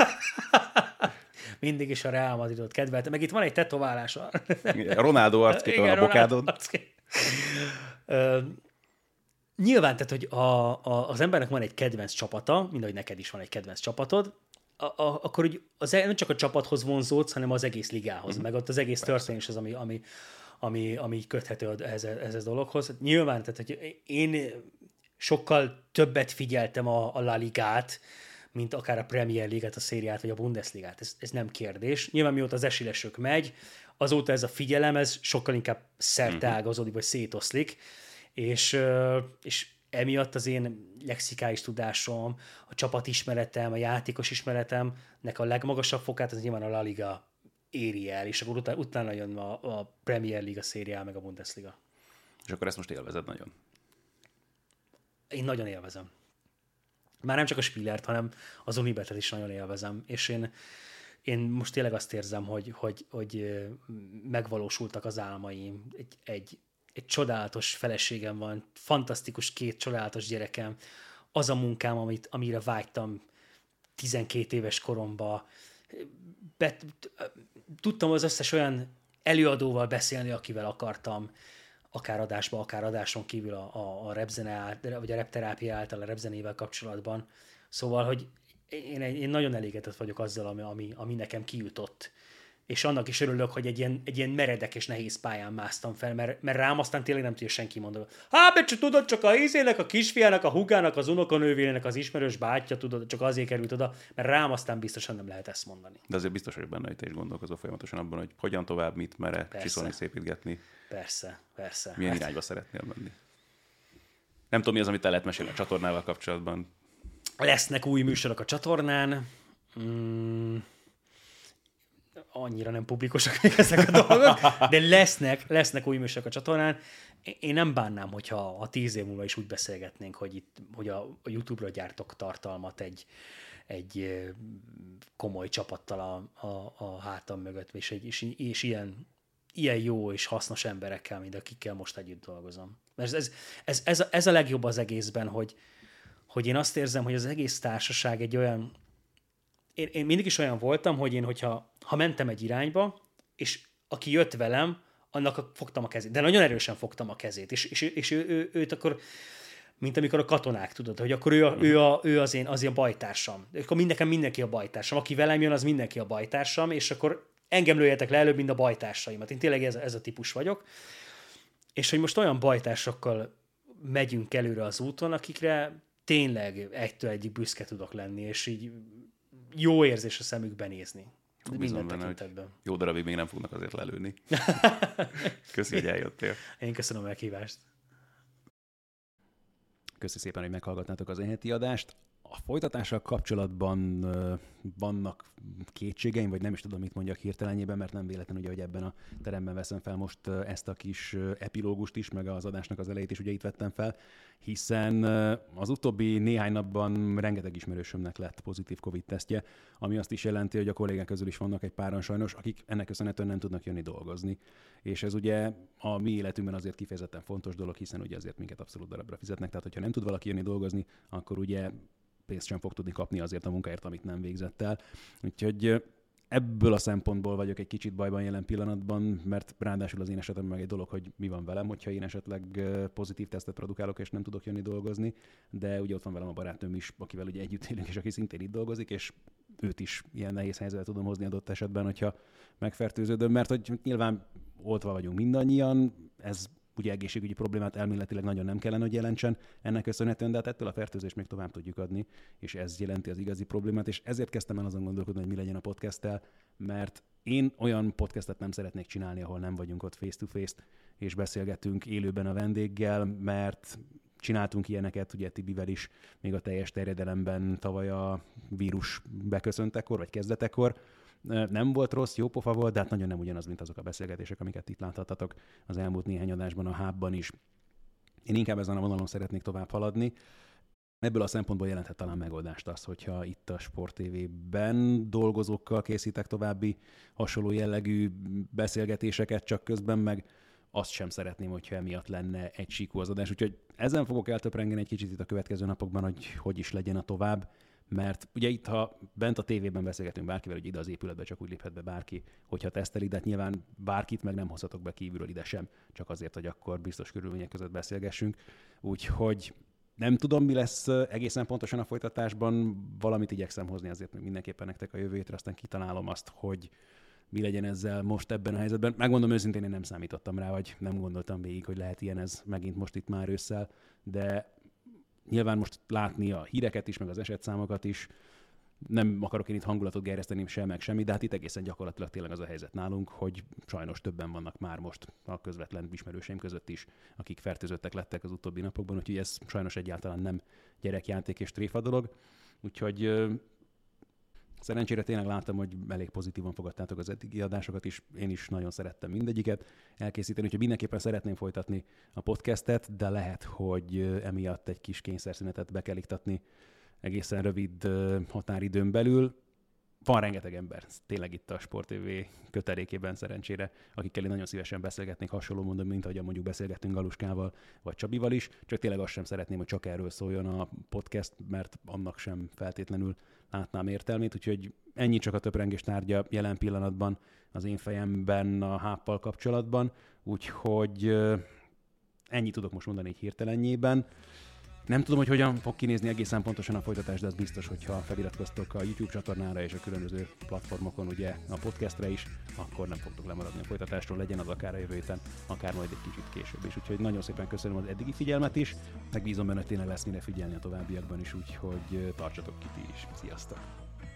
Mindig is a Real Madridot kedveltem, meg itt van egy tetoválása. Ronaldo arckép van a bokádon. Nyilván, tehát, hogy az embernek van egy kedvenc csapata, mind ahogy neked is van egy kedvenc csapatod, akkor úgy nem csak a csapathoz vonzódsz, hanem az egész ligához, meg ott az egész történés az, ami köthető ez a dologhoz. Nyilván, tehát, hogy én sokkal többet figyeltem a La Ligát, mint akár a Premier League-et, a szériát, vagy a Bundesligát. Ez nem kérdés. Nyilván mióta az esélyesek megy, azóta ez a figyelem, ez sokkal inkább szerteágazódik, vagy szétoszlik, és emiatt az én lexikális tudásom, a csapatismeretem, a játékos ismeretemnek a legmagasabb fokát, az nyilván a La Liga éri el, és akkor utána jön a Premier League, a Serie A, meg a Bundesliga. És akkor ezt most élvezed nagyon? Én nagyon élvezem. Már nem csak a Spillert, hanem az Unibetet is nagyon élvezem, és én most tényleg azt érzem, hogy megvalósultak az álmaim. Egy csodálatos feleségem van, fantasztikus 2 csodálatos gyerekem, az a munkám, amire vágytam 12 éves koromban. Tudtam az összes olyan előadóval beszélni, akivel akartam. akár adásba, akár adáson kívül a repzene vagy a repterápia által a repzenével kapcsolatban. Szóval, hogy én nagyon elégedett vagyok azzal, ami nekem kijutott. És annak is örülök, hogy egy ilyen meredek és nehéz pályán másztam fel, mert rám aztán tényleg nem tudja senki mondani. Csak tudod, csak a izének, a kisfiának, a húgának, az unokanővérének, az ismerős bátyja, tudod, csak azért került oda, mert rám aztán biztosan nem lehet ezt mondani. De azért biztos vagyok benne, hogy te is gondolkozol folyamatosan abban, hogy hogyan tovább, mit mere csiszolni, szépítgetni. Persze. Milyen irányba szeretnél menni. Nem tudom, mi az, amit te lehet mesélni a csatornával kapcsolatban. Lesznek új műsorok a csatornán. Annyira nem publikusak még ezek a dolgok, de lesznek új műsorok a csatornán. Én nem bánnám, hogyha 10 év múlva is úgy beszélgetnénk, hogy a YouTube-ra gyártok tartalmat egy komoly csapattal a hátam mögött, és ilyen jó és hasznos emberekkel, mint akikkel most együtt dolgozom. Mert ez a legjobb az egészben, hogy én azt érzem, hogy az egész társaság egy olyan... Én mindig is olyan voltam, hogy én, hogyha mentem egy irányba, és aki jött velem, annak fogtam a kezét. De nagyon erősen fogtam a kezét. És őt akkor, mint amikor a katonák, tudod, hogy akkor ő az én bajtársam. Akkor nekem mindenki a bajtársam. Aki velem jön, az mindenki a bajtársam, és akkor engem lőjetek le előbb, mint a bajtársaimat. Én tényleg ez a típus vagyok. És hogy most olyan bajtársakkal megyünk előre az úton, akikre tényleg egytől egyig büszke tudok lenni, és így jó érzés a szemükben nézni. Minden tekintetben. Jó darabig még nem fognak azért lelőni. Köszi, hogy eljöttél. Én köszönöm a meghívást. Köszi szépen, hogy meghallgatnátok az heti adást. A folytatással kapcsolatban vannak kétségeim, vagy nem is tudom, mit mondjak hirtelenjében, mert nem véletlen, ugye, hogy ebben a teremben veszem fel most ezt a kis epilógust is, meg az adásnak az elejét is ugye itt vettem fel, hiszen az utóbbi néhány napban rengeteg ismerősömnek lett pozitív Covid-tesztje, ami azt is jelenti, hogy a kollégák közül is vannak egy páran sajnos, akik ennek köszönhetően nem tudnak jönni dolgozni. És ez ugye a mi életünkben azért kifejezetten fontos dolog, hiszen ugye azért minket abszolút darabra fizetnek, tehát hogyha nem tud valaki jönni dolgozni, akkor ugye pénzt sem fog tudni kapni azért a munkáért, amit nem végzett el. Úgyhogy ebből a szempontból vagyok egy kicsit bajban jelen pillanatban, mert ráadásul az én esetemben meg egy dolog, hogy mi van velem, hogyha én esetleg pozitív tesztet produkálok, és nem tudok jönni dolgozni, de ugye ott van velem a barátnőm is, akivel ugye együtt élünk, és aki szintén itt dolgozik, és őt is ilyen nehéz helyzetbe tudom hozni adott esetben, hogyha megfertőződöm, mert hogy nyilván oltva vagyunk mindannyian, ez ugye egészségügyi problémát elméletileg nagyon nem kellene, hogy jelentsen ennek köszönhetően, de hát ettől a fertőzést még tovább tudjuk adni, és ez jelenti az igazi problémát, és ezért kezdtem el azon gondolkodni, hogy mi legyen a podcasttel, mert én olyan podcastet nem szeretnék csinálni, ahol nem vagyunk ott face-to-face, és beszélgetünk élőben a vendéggel, mert csináltunk ilyeneket, ugye Tibivel is, még a teljes terjedelemben tavaly a vírus beköszöntekor, vagy kezdetekor. Nem volt rossz, jó pofa volt, de hát nagyon nem ugyanaz, mint azok a beszélgetések, amiket itt láthattatok az elmúlt néhány adásban a Hubban is. Én inkább ezen a vonalon szeretnék tovább haladni. Ebből a szempontból jelenthet talán megoldást az, hogyha itt a Sport TV-ben dolgozókkal készítek további hasonló jellegű beszélgetéseket, csak közben meg azt sem szeretném, hogyha emiatt lenne egy síkú az adás. Úgyhogy ezen fogok eltöprengeni egy kicsit itt a következő napokban, hogy is legyen a tovább. Mert ugye itt, ha bent a tévében beszélgetünk bárkivel, hogy ide az épületbe csak úgy léphet be bárki, hogyha teszteli, de hát nyilván bárkit meg nem hozhatok be kívülről ide sem, csak azért, hogy akkor biztos körülmények között beszélgessünk. Úgyhogy nem tudom, mi lesz egészen pontosan a folytatásban, valamit igyekszem hozni azért még mindenképpen nektek a jövő hétre, aztán kitalálom azt, hogy mi legyen ezzel most ebben a helyzetben. Megmondom őszintén, én nem számítottam rá, vagy nem gondoltam végig, hogy lehet ilyen ez megint most itt már ősszel, de nyilván most látni a híreket is, meg az esetszámokat is. Nem akarok én itt hangulatot gerjeszteni sem, meg semmi, de hát itt egészen gyakorlatilag tényleg az a helyzet nálunk, hogy sajnos többen vannak már most a közvetlen ismerőseim között is, akik fertőzöttek lettek az utóbbi napokban, úgyhogy ez sajnos egyáltalán nem gyerekjáték és tréfa dolog. Úgyhogy szerencsére tényleg láttam, hogy elég pozitívan fogadtátok az eddigi adásokat is. Én is nagyon szerettem mindegyiket elkészíteni, úgyhogy mindenképpen szeretném folytatni a podcastet, de lehet, hogy emiatt egy kis kényszerszünetet be kell iktatni egészen rövid határidőn belül. Van rengeteg ember, tényleg itt a Sport TV kötelékében szerencsére, akikkel én nagyon szívesen beszélgetnék, hasonló mondom, mint ahogyan mondjuk beszélgettünk Galuskával vagy Csabival is, csak tényleg azt sem szeretném, hogy csak erről szóljon a podcast, mert annak sem feltétlenül látnám értelmét, úgyhogy ennyi csak a töprengés tárgya jelen pillanatban az én fejemben a Háppal kapcsolatban, úgyhogy ennyit tudok most mondani egy hirtelenjében. Nem tudom, hogy hogyan fog kinézni egészen pontosan a folytatás, de az biztos, hogyha feliratkoztok a YouTube csatornára és a különböző platformokon, ugye a podcastre is, akkor nem fogtok lemaradni a folytatásról, legyen az akár a jövő héten, akár majd egy kicsit később is. Úgyhogy nagyon szépen köszönöm az eddigi figyelmet is, megbízom benne, hogy tényleg lesz mire figyelni a továbbiakban is, úgyhogy tartsatok ki ti is. Sziasztok!